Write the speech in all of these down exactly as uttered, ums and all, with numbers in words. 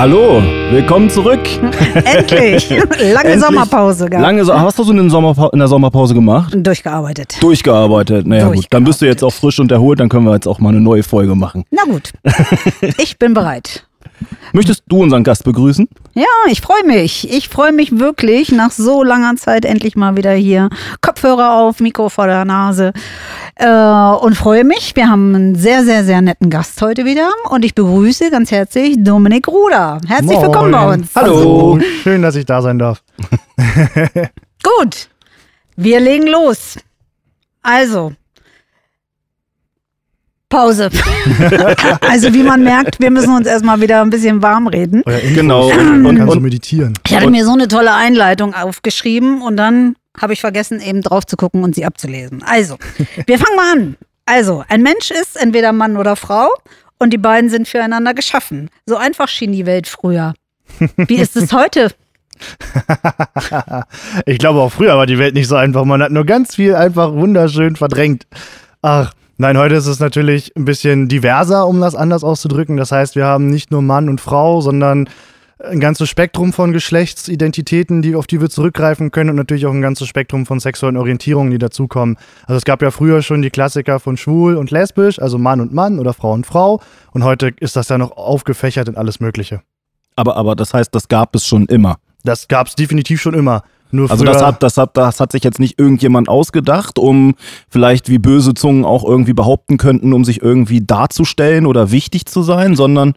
Hallo, willkommen zurück. Endlich. Lange Endlich. Sommerpause gehabt. Lange so- Was hast du in, den Sommerpa- in der Sommerpause gemacht? Durchgearbeitet. Durchgearbeitet. Naja gut, dann bist du jetzt auch frisch und erholt, dann können wir jetzt auch mal eine neue Folge machen. Na gut, ich bin bereit. Möchtest du unseren Gast begrüßen? Ja, ich freue mich. Ich freue mich wirklich, nach so langer Zeit endlich mal wieder hier. Kopfhörer auf, Mikro vor der Nase. Äh, und freue mich. Wir haben einen sehr, sehr, sehr netten Gast heute wieder. Und ich begrüße ganz herzlich Dominik Ruder. Herzlich Moin. willkommen bei uns. Hallo. Schön, dass ich da sein darf. Gut, wir legen los. Also, Pause. Also wie man merkt, wir müssen uns erstmal wieder ein bisschen warm reden. Genau. Und, Und, kann so und meditieren. Ich hatte mir so eine tolle Einleitung aufgeschrieben und dann habe ich vergessen, eben drauf zu gucken und sie abzulesen. Also, wir fangen mal an. Also, ein Mensch ist entweder Mann oder Frau und die beiden sind füreinander geschaffen. So einfach schien die Welt früher. Wie ist es heute? Ich glaube, auch früher war die Welt nicht so einfach. Man hat nur ganz viel einfach wunderschön verdrängt. Ach, nein, heute ist es natürlich ein bisschen diverser, um das anders auszudrücken. Das heißt, wir haben nicht nur Mann und Frau, sondern ein ganzes Spektrum von Geschlechtsidentitäten, die, auf die wir zurückgreifen können und natürlich auch ein ganzes Spektrum von sexuellen Orientierungen, die dazukommen. Also es gab ja früher schon die Klassiker von schwul und lesbisch, also Mann und Mann oder Frau und Frau. Und heute ist das ja noch aufgefächert in alles Mögliche. aber, aber das heißt, das gab es schon immer. Das gab es definitiv schon immer. Nur Also das hat, das, hat, das hat sich jetzt nicht irgendjemand ausgedacht, um vielleicht, wie böse Zungen auch irgendwie behaupten könnten, um sich irgendwie darzustellen oder wichtig zu sein, sondern...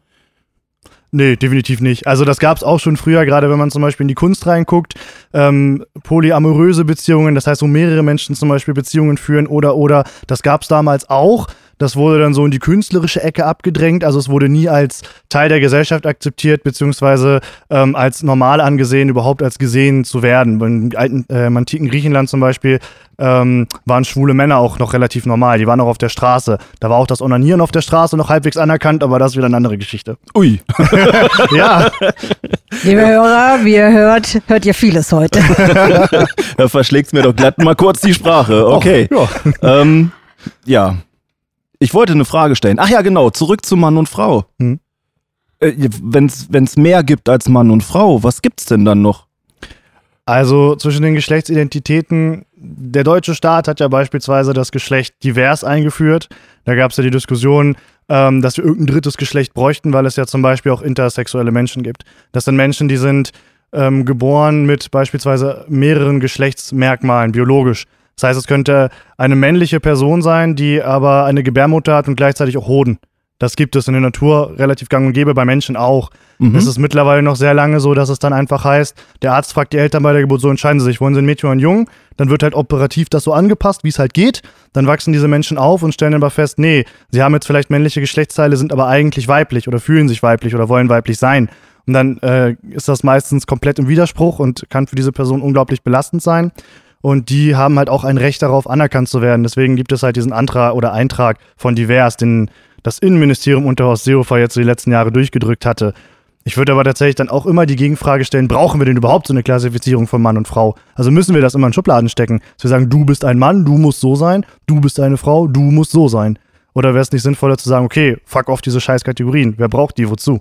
Nee, definitiv nicht. Also das gab es auch schon früher, gerade wenn man zum Beispiel in die Kunst reinguckt, ähm, polyamoröse Beziehungen, das heißt, wo mehrere Menschen zum Beispiel Beziehungen führen oder, oder, das gab es damals auch. Das wurde dann so in die künstlerische Ecke abgedrängt, also es wurde nie als Teil der Gesellschaft akzeptiert, beziehungsweise ähm, als normal angesehen, überhaupt als gesehen zu werden. Im alten, äh, im antiken Griechenland zum Beispiel ähm, waren schwule Männer auch noch relativ normal, die waren auch auf der Straße. Da war auch das Onanieren auf der Straße noch halbwegs anerkannt, aber das ist wieder eine andere Geschichte. Ui. Ja. Liebe Hörer, wie ihr hört, hört ihr vieles heute. Da verschlägt's mir doch glatt mal kurz die Sprache. Okay. Och, ja. Ähm, ja. Ich wollte eine Frage stellen. Ach ja, genau, zurück zu Mann und Frau. Hm. Äh, wenn's, wenn's mehr gibt als Mann und Frau, was gibt's denn dann noch? Also zwischen den Geschlechtsidentitäten, der deutsche Staat hat ja beispielsweise das Geschlecht divers eingeführt. Da gab es ja die Diskussion, ähm, dass wir irgendein drittes Geschlecht bräuchten, weil es ja zum Beispiel auch intersexuelle Menschen gibt. Das sind Menschen, die sind ähm, geboren mit beispielsweise mehreren Geschlechtsmerkmalen, biologisch. Das heißt, es könnte eine männliche Person sein, die aber eine Gebärmutter hat und gleichzeitig auch Hoden. Das gibt es in der Natur relativ gang und gäbe, bei Menschen auch. Mhm. Es ist mittlerweile noch sehr lange so, dass es dann einfach heißt, der Arzt fragt die Eltern bei der Geburt, so entscheiden sie sich, wollen sie ein Mädchen oder einen Jungen? Dann wird halt operativ das so angepasst, wie es halt geht. Dann wachsen diese Menschen auf und stellen aber fest, nee, sie haben jetzt vielleicht männliche Geschlechtsteile, sind aber eigentlich weiblich oder fühlen sich weiblich oder wollen weiblich sein. Und dann äh, ist das meistens komplett im Widerspruch und kann für diese Person unglaublich belastend sein. Und die haben halt auch ein Recht darauf, anerkannt zu werden. Deswegen gibt es halt diesen Antrag oder Eintrag von divers, den das Innenministerium unter Horst Seehofer jetzt die letzten Jahre durchgedrückt hatte. Ich würde aber tatsächlich dann auch immer die Gegenfrage stellen, brauchen wir denn überhaupt so eine Klassifizierung von Mann und Frau? Also müssen wir das immer in Schubladen stecken? Dass wir sagen, du bist ein Mann, du musst so sein, du bist eine Frau, du musst so sein. Oder wäre es nicht sinnvoller zu sagen, okay, fuck off diese scheiß Kategorien, wer braucht die, wozu?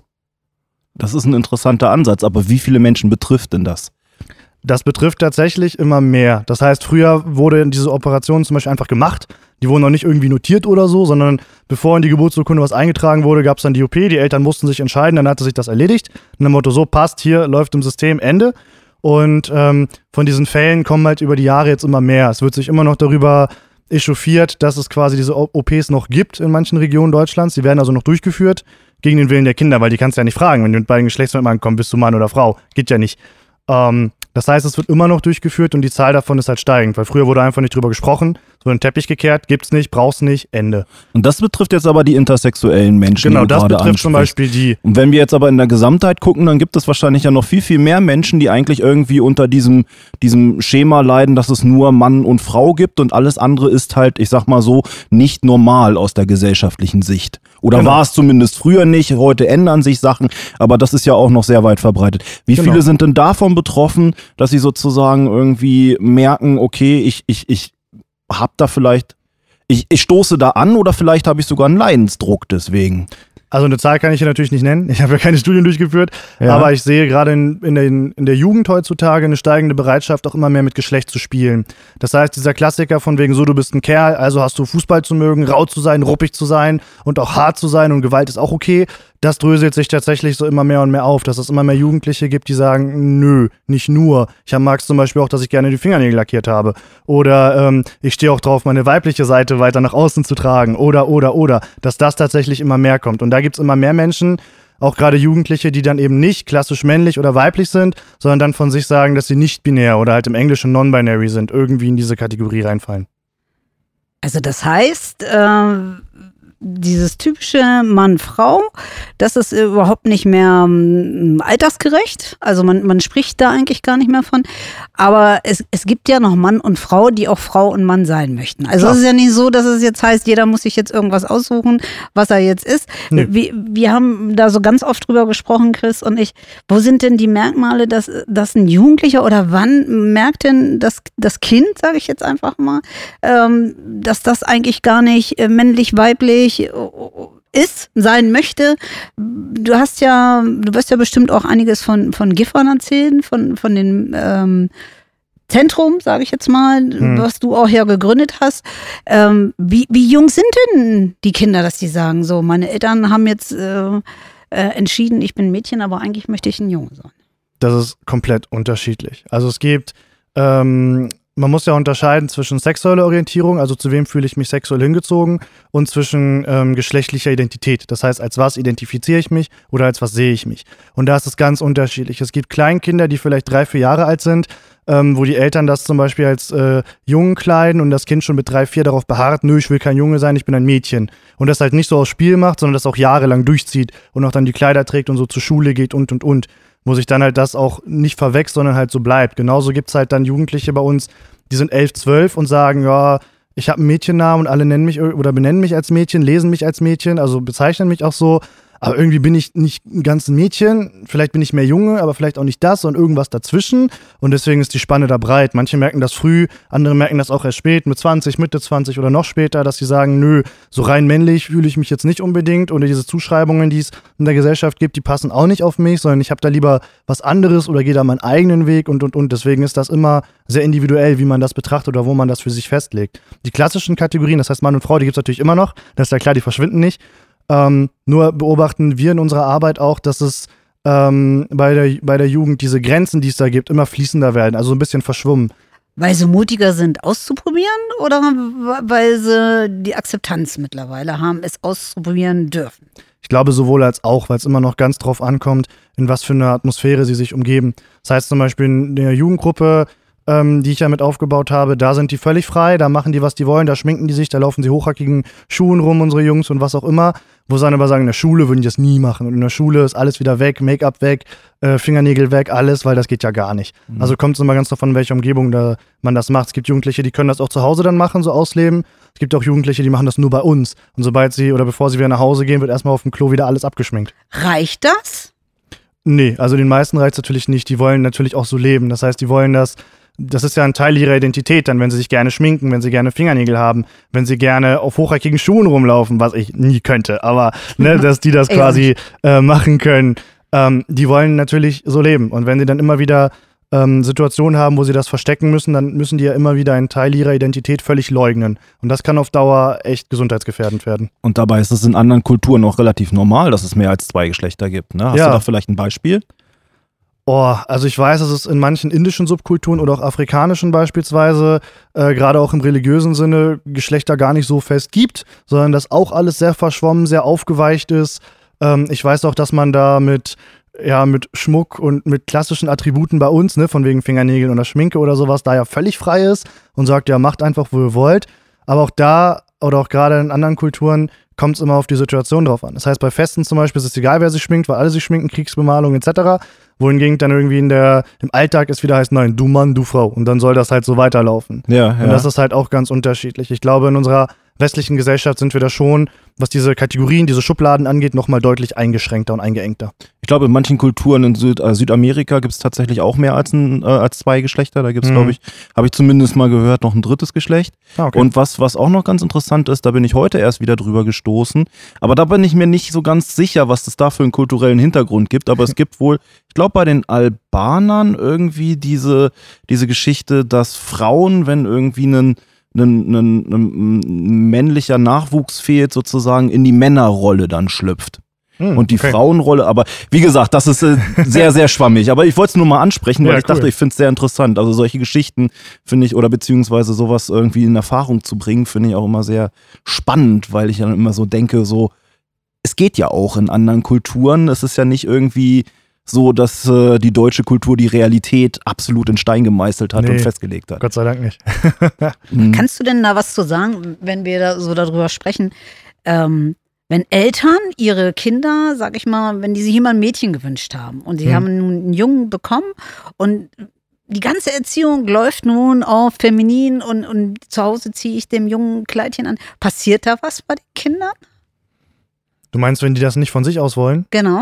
Das ist ein interessanter Ansatz, aber wie viele Menschen betrifft denn das? Das betrifft tatsächlich immer mehr. Das heißt, früher wurde diese Operation zum Beispiel einfach gemacht. Die wurden noch nicht irgendwie notiert oder so, sondern bevor in die Geburtsurkunde was eingetragen wurde, gab es dann die O P. Die Eltern mussten sich entscheiden, dann hatte sich das erledigt. Und dem Motto, so passt, hier läuft im System, Ende. Und ähm, von diesen Fällen kommen halt über die Jahre jetzt immer mehr. Es wird sich immer noch darüber echauffiert, dass es quasi diese O Ps noch gibt in manchen Regionen Deutschlands. Die werden also noch durchgeführt gegen den Willen der Kinder, weil die kannst du ja nicht fragen, wenn du mit beiden Geschlechtsmerkmalen kommst, bist du Mann oder Frau. Geht ja nicht. Ähm, Das heißt, es wird immer noch durchgeführt und die Zahl davon ist halt steigend, weil früher wurde einfach nicht drüber gesprochen, es wurde ein Teppich gekehrt, gibt's nicht, brauchst nicht, Ende. Und das betrifft jetzt aber die intersexuellen Menschen. Genau, die du das gerade betrifft ansprichst. zum Beispiel die. Und wenn wir jetzt aber in der Gesamtheit gucken, dann gibt es wahrscheinlich ja noch viel, viel mehr Menschen, die eigentlich irgendwie unter diesem, diesem Schema leiden, dass es nur Mann und Frau gibt und alles andere ist halt, ich sag mal so, nicht normal aus der gesellschaftlichen Sicht. Oder Genau. war es zumindest früher nicht, heute ändern sich Sachen, aber das ist ja auch noch sehr weit verbreitet. Wie Genau. viele sind denn davon betroffen, dass sie sozusagen irgendwie merken, okay, ich, ich, ich hab da vielleicht, ich, ich stoße da an oder vielleicht habe ich sogar einen Leidensdruck deswegen? Also eine Zahl kann ich hier natürlich nicht nennen. Ich habe ja keine Studien durchgeführt. Ja. Aber ich sehe gerade in, in, den, in der Jugend heutzutage eine steigende Bereitschaft, auch immer mehr mit Geschlecht zu spielen. Das heißt, dieser Klassiker von wegen so, du bist ein Kerl, also hast du Fußball zu mögen, rau zu sein, ruppig zu sein und auch hart zu sein und Gewalt ist auch okay. Das dröselt sich tatsächlich so immer mehr und mehr auf, dass es immer mehr Jugendliche gibt, die sagen, nö, nicht nur. Ich mag es zum Beispiel auch, dass ich gerne die Fingernägel lackiert habe. Oder ähm, ich stehe auch drauf, meine weibliche Seite weiter nach außen zu tragen. Oder, oder, oder. Dass das tatsächlich immer mehr kommt. Und da gibt es immer mehr Menschen, auch gerade Jugendliche, die dann eben nicht klassisch männlich oder weiblich sind, sondern dann von sich sagen, dass sie nicht binär oder halt im Englischen non-binary sind, irgendwie in diese Kategorie reinfallen. Also das heißt, äh dieses typische Mann-Frau, das ist überhaupt nicht mehr um, altersgerecht. Also man, man spricht da eigentlich gar nicht mehr von. Aber es, es gibt ja noch Mann und Frau, die auch Frau und Mann sein möchten. Also es ist ja nicht so, dass es jetzt heißt, jeder muss sich jetzt irgendwas aussuchen, was er jetzt ist. Nee. Wir, wir haben da so ganz oft drüber gesprochen, Chris und ich. Wo sind denn die Merkmale, dass, dass ein Jugendlicher oder wann merkt denn das, das Kind, sage ich jetzt einfach mal, ähm, dass das eigentlich gar nicht äh, männlich-weiblich ist, sein möchte. Du hast ja, du wirst ja bestimmt auch einiges von, von Gifhorn erzählen, von, von dem ähm, Zentrum, sage ich jetzt mal, hm. was du auch ja gegründet hast. Ähm, wie, wie jung sind denn die Kinder, dass die sagen, so, meine Eltern haben jetzt äh, äh, entschieden, ich bin ein Mädchen, aber eigentlich möchte ich ein Junge sein? Das ist komplett unterschiedlich. Also es gibt ähm, man muss ja unterscheiden zwischen sexueller Orientierung, also zu wem fühle ich mich sexuell hingezogen, und zwischen ähm, geschlechtlicher Identität. Das heißt, als was identifiziere ich mich oder als was sehe ich mich. Und da ist es ganz unterschiedlich. Es gibt Kleinkinder, die vielleicht drei, vier Jahre alt sind, ähm, wo die Eltern das zum Beispiel als äh, Jungen kleiden und das Kind schon mit drei, vier darauf beharrt, nö, ich will kein Junge sein, ich bin ein Mädchen. Und das halt nicht so aus Spiel macht, sondern das auch jahrelang durchzieht und auch dann die Kleider trägt und so zur Schule geht und, und, und. Wo sich dann halt das auch nicht verwechselt, sondern halt so bleibt. Genauso gibt es halt dann Jugendliche bei uns, die sind elf, zwölf und sagen, ja, ich habe einen Mädchennamen und alle nennen mich oder benennen mich als Mädchen, lesen mich als Mädchen, also bezeichnen mich auch so. Aber irgendwie bin ich nicht ganz ein Mädchen, vielleicht bin ich mehr Junge, aber vielleicht auch nicht das und irgendwas dazwischen. Und deswegen ist die Spanne da breit. Manche merken das früh, andere merken das auch erst spät, mit zwanzig, Mitte zwanzig oder noch später, dass sie sagen, nö, so rein männlich fühle ich mich jetzt nicht unbedingt. Oder diese Zuschreibungen, die es in der Gesellschaft gibt, die passen auch nicht auf mich, sondern ich habe da lieber was anderes oder gehe da meinen eigenen Weg und, und, und. Deswegen ist das immer sehr individuell, wie man das betrachtet oder wo man das für sich festlegt. Die klassischen Kategorien, das heißt Mann und Frau, die gibt es natürlich immer noch. Das ist ja klar, die verschwinden nicht. Ähm, nur beobachten wir in unserer Arbeit auch, dass es ähm, bei, der, bei der Jugend diese Grenzen, die es da gibt, immer fließender werden, also ein bisschen verschwommen. Weil sie mutiger sind, auszuprobieren oder weil sie die Akzeptanz mittlerweile haben, es auszuprobieren dürfen? Ich glaube sowohl als auch, weil es immer noch ganz drauf ankommt, in was für eine Atmosphäre sie sich umgeben. Das heißt zum Beispiel in der Jugendgruppe, ähm, die ich ja mit aufgebaut habe, da sind die völlig frei, da machen die, was die wollen, da schminken die sich, da laufen sie hochhackigen Schuhen rum, unsere Jungs und was auch immer. Wo sie dann aber sagen, in der Schule würden die das nie machen. Und in der Schule ist alles wieder weg, Make-up weg, äh, Fingernägel weg, alles, weil das geht ja gar nicht. Mhm. Also kommt es immer ganz davon, in welcher Umgebung da man das macht. Es gibt Jugendliche, die können das auch zu Hause dann machen, so ausleben. Es gibt auch Jugendliche, die machen das nur bei uns. Und sobald sie oder bevor sie wieder nach Hause gehen, wird erstmal auf dem Klo wieder alles abgeschminkt. Reicht das? Nee, also den meisten reicht es natürlich nicht. Die wollen natürlich auch so leben. Das heißt, die wollen das... Das ist ja ein Teil ihrer Identität, dann, wenn sie sich gerne schminken, wenn sie gerne Fingernägel haben, wenn sie gerne auf hochhackigen Schuhen rumlaufen, was ich nie könnte, aber ne, dass die das quasi äh, machen können. Ähm, die wollen natürlich so leben. Und wenn sie dann immer wieder ähm, Situationen haben, wo sie das verstecken müssen, dann müssen die ja immer wieder einen Teil ihrer Identität völlig leugnen. Und das kann auf Dauer echt gesundheitsgefährdend werden. Und dabei ist es in anderen Kulturen auch relativ normal, dass es mehr als zwei Geschlechter gibt. Ne? Hast ja. du da vielleicht ein Beispiel? Oh, also ich weiß, dass es in manchen indischen Subkulturen oder auch afrikanischen beispielsweise, äh, gerade auch im religiösen Sinne, Geschlechter gar nicht so fest gibt, sondern dass auch alles sehr verschwommen, sehr aufgeweicht ist. Ähm, ich weiß auch, dass man da mit, ja, mit Schmuck und mit klassischen Attributen bei uns, ne, von wegen Fingernägeln oder Schminke oder sowas, da ja völlig frei ist und sagt, ja, macht einfach, wo ihr wollt. Aber auch da oder auch gerade in anderen Kulturen kommt es immer auf die Situation drauf an. Das heißt, bei Festen zum Beispiel ist es egal, wer sich schminkt, weil alle sich schminken, Kriegsbemalung et cetera. Wohingegen dann irgendwie in der, im Alltag es wieder heißt, nein, du Mann, du Frau. Und dann soll das halt so weiterlaufen. Ja, ja. Und das ist halt auch ganz unterschiedlich. Ich glaube, in unserer westlichen Gesellschaft sind wir da schon, was diese Kategorien, diese Schubladen angeht, nochmal deutlich eingeschränkter und eingeengter. Ich glaube, in manchen Kulturen in Süd, äh, Südamerika gibt es tatsächlich auch mehr als, ein, äh, als zwei Geschlechter. Da gibt es, mhm. glaube ich, habe ich zumindest mal gehört, noch ein drittes Geschlecht. Ah, okay. Und was, was auch noch ganz interessant ist, da bin ich heute erst wieder drüber gestoßen, aber da bin ich mir nicht so ganz sicher, was es da für einen kulturellen Hintergrund gibt, aber es gibt wohl, ich glaube, bei den Albanern irgendwie diese, diese Geschichte, dass Frauen, wenn irgendwie ein Ein, ein, ein männlicher Nachwuchs fehlt, sozusagen in die Männerrolle dann schlüpft. Hm, und die okay. Frauenrolle, aber wie gesagt, das ist äh, sehr, sehr schwammig. Aber ich wollte es nur mal ansprechen, weil ja, ich cool. dachte, ich finde es sehr interessant. Also solche Geschichten finde ich, oder beziehungsweise sowas irgendwie in Erfahrung zu bringen, finde ich auch immer sehr spannend, weil ich dann immer so denke, so, es geht ja auch in anderen Kulturen. Es ist ja nicht irgendwie so, dass äh, die deutsche Kultur die Realität absolut in Stein gemeißelt hat nee, und festgelegt hat. Gott sei Dank nicht. mhm. Kannst du denn da was zu sagen, wenn wir da so darüber sprechen, ähm, wenn Eltern ihre Kinder, sag ich mal, wenn die sich immer ein Mädchen gewünscht haben und sie mhm. haben nun einen Jungen bekommen und die ganze Erziehung läuft nun auf feminin und, und zu Hause ziehe ich dem Jungen Kleidchen an. Passiert da was bei den Kindern? Du meinst, wenn die das nicht von sich aus wollen? Genau.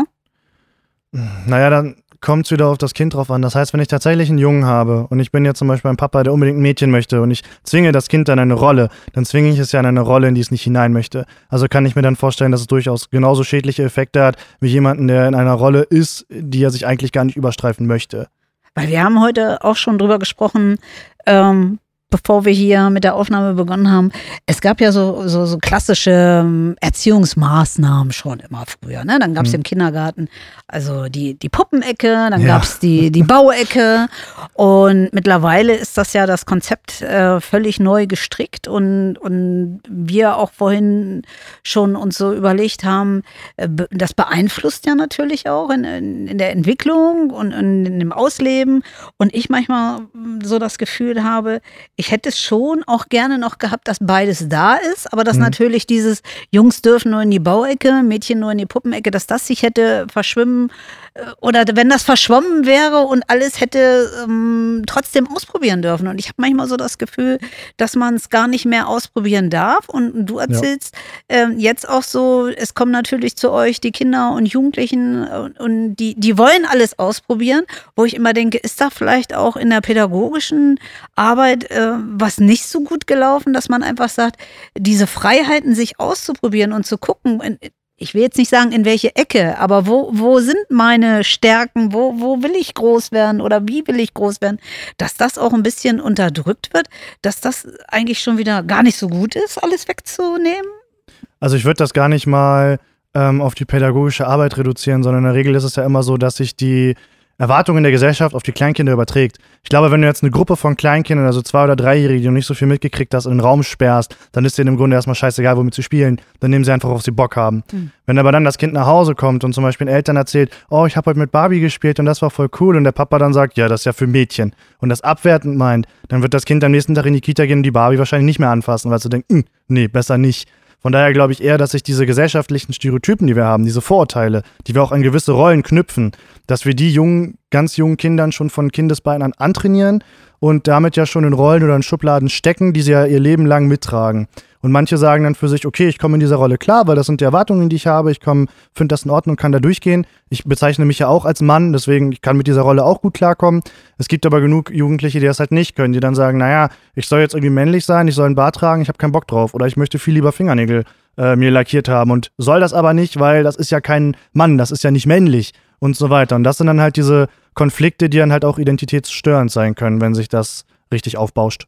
Naja, dann kommt es wieder auf das Kind drauf an. Das heißt, wenn ich tatsächlich einen Jungen habe und ich bin jetzt zum Beispiel ein Papa, der unbedingt ein Mädchen möchte und ich zwinge das Kind in eine Rolle, dann zwinge ich es ja in eine Rolle, in die es nicht hinein möchte. Also kann ich mir dann vorstellen, dass es durchaus genauso schädliche Effekte hat, wie jemanden, der in einer Rolle ist, die er sich eigentlich gar nicht überstreifen möchte. Weil wir haben heute auch schon drüber gesprochen, ähm, bevor wir hier mit der Aufnahme begonnen haben, es gab ja so, so, so klassische Erziehungsmaßnahmen schon immer früher. Ne? Dann gab es mhm. im Kindergarten also die, die Puppenecke, dann ja. gab es die, die Bauecke und mittlerweile ist das ja das Konzept äh, völlig neu gestrickt und, und wir auch vorhin schon uns so überlegt haben, äh, das beeinflusst ja natürlich auch in, in, in der Entwicklung und in, in dem Ausleben und ich manchmal so das Gefühl habe, ich hätte es schon auch gerne noch gehabt, dass beides da ist, aber dass mhm. natürlich dieses Jungs dürfen nur in die Bauecke, Mädchen nur in die Puppenecke, dass das sich hätte verschwimmen oder wenn das verschwommen wäre und alles hätte ähm, trotzdem ausprobieren dürfen. Und ich habe manchmal so das Gefühl, dass man es gar nicht mehr ausprobieren darf. Und du erzählst ja. ähm, jetzt auch so, es kommen natürlich zu euch die Kinder und Jugendlichen und, und die, die wollen alles ausprobieren, wo ich immer denke, ist da vielleicht auch in der pädagogischen Arbeit äh, was nicht so gut gelaufen, dass man einfach sagt, diese Freiheiten sich auszuprobieren und zu gucken, in, ich will jetzt nicht sagen, in welche Ecke, aber wo, wo sind meine Stärken, wo, wo will ich groß werden oder wie will ich groß werden, dass das auch ein bisschen unterdrückt wird, dass das eigentlich schon wieder gar nicht so gut ist, alles wegzunehmen? Also ich würde das gar nicht mal ähm, auf die pädagogische Arbeit reduzieren, sondern in der Regel ist es ja immer so, dass sich die Erwartungen der Gesellschaft auf die Kleinkinder überträgt. Ich glaube, wenn du jetzt eine Gruppe von Kleinkindern, also zwei- oder dreijährige, die noch nicht so viel mitgekriegt hast, in den Raum sperrst, dann ist denen im Grunde erstmal scheißegal, womit sie spielen. Dann nehmen sie einfach, worauf sie Bock haben. Mhm. Wenn aber dann das Kind nach Hause kommt und zum Beispiel den Eltern erzählt, oh, ich habe heute mit Barbie gespielt und das war voll cool und der Papa dann sagt, ja, das ist ja für Mädchen und das abwertend meint, dann wird das Kind am nächsten Tag in die Kita gehen und die Barbie wahrscheinlich nicht mehr anfassen, weil sie denkt, nee, besser nicht. Von daher glaube ich eher, dass sich diese gesellschaftlichen Stereotypen, die wir haben, diese Vorurteile, die wir auch an gewisse Rollen knüpfen, dass wir die jungen, ganz jungen Kindern schon von Kindesbeinen an antrainieren und damit ja schon in Rollen oder in Schubladen stecken, die sie ja ihr Leben lang mittragen. Und manche sagen dann für sich, okay, ich komme in dieser Rolle klar, weil das sind die Erwartungen, die ich habe, ich komme, finde das in Ordnung, kann da durchgehen. Ich bezeichne mich ja auch als Mann, deswegen ich kann mit dieser Rolle auch gut klarkommen. Es gibt aber genug Jugendliche, die das halt nicht können, die dann sagen, naja, ich soll jetzt irgendwie männlich sein, ich soll einen Bart tragen, ich habe keinen Bock drauf oder ich möchte viel lieber Fingernägel äh, mir lackiert haben und soll das aber nicht, weil das ist ja kein Mann, das ist ja nicht männlich und so weiter. Und das sind dann halt diese Konflikte, die dann halt auch identitätsstörend sein können, wenn sich das richtig aufbauscht.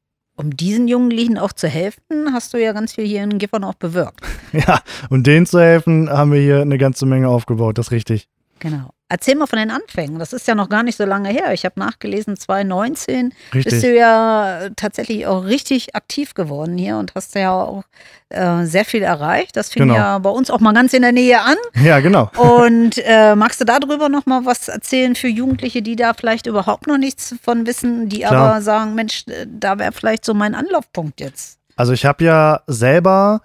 Um diesen Jugendlichen auch zu helfen, hast du ja ganz viel hier in Gifhorn auch bewirkt. Ja, um denen zu helfen, haben wir hier eine ganze Menge aufgebaut, das ist richtig. Genau. Erzähl mal von den Anfängen. Das ist ja noch gar nicht so lange her. Ich habe nachgelesen, zwanzig neunzehn richtig. Bist du ja tatsächlich auch richtig aktiv geworden hier und hast ja auch äh, sehr viel erreicht. Das fing genau. ja bei uns auch mal ganz in der Nähe an. Ja, genau. Und äh, magst du darüber noch mal was erzählen für Jugendliche, die da vielleicht überhaupt noch nichts von wissen, die Klar. aber sagen, Mensch, da wäre vielleicht so mein Anlaufpunkt jetzt. Also ich habe ja selber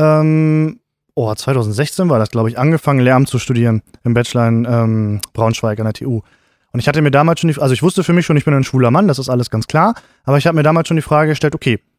ähm, Oh, zwanzig sechzehn war das, glaube ich, angefangen, Lehramt zu studieren im Bachelor in ähm, Braunschweig an der T U. Und ich hatte mir damals schon, die, also ich wusste für mich schon, ich bin ein schwuler Mann, das ist alles ganz klar, aber ich habe mir damals schon die Frage gestellt, okay,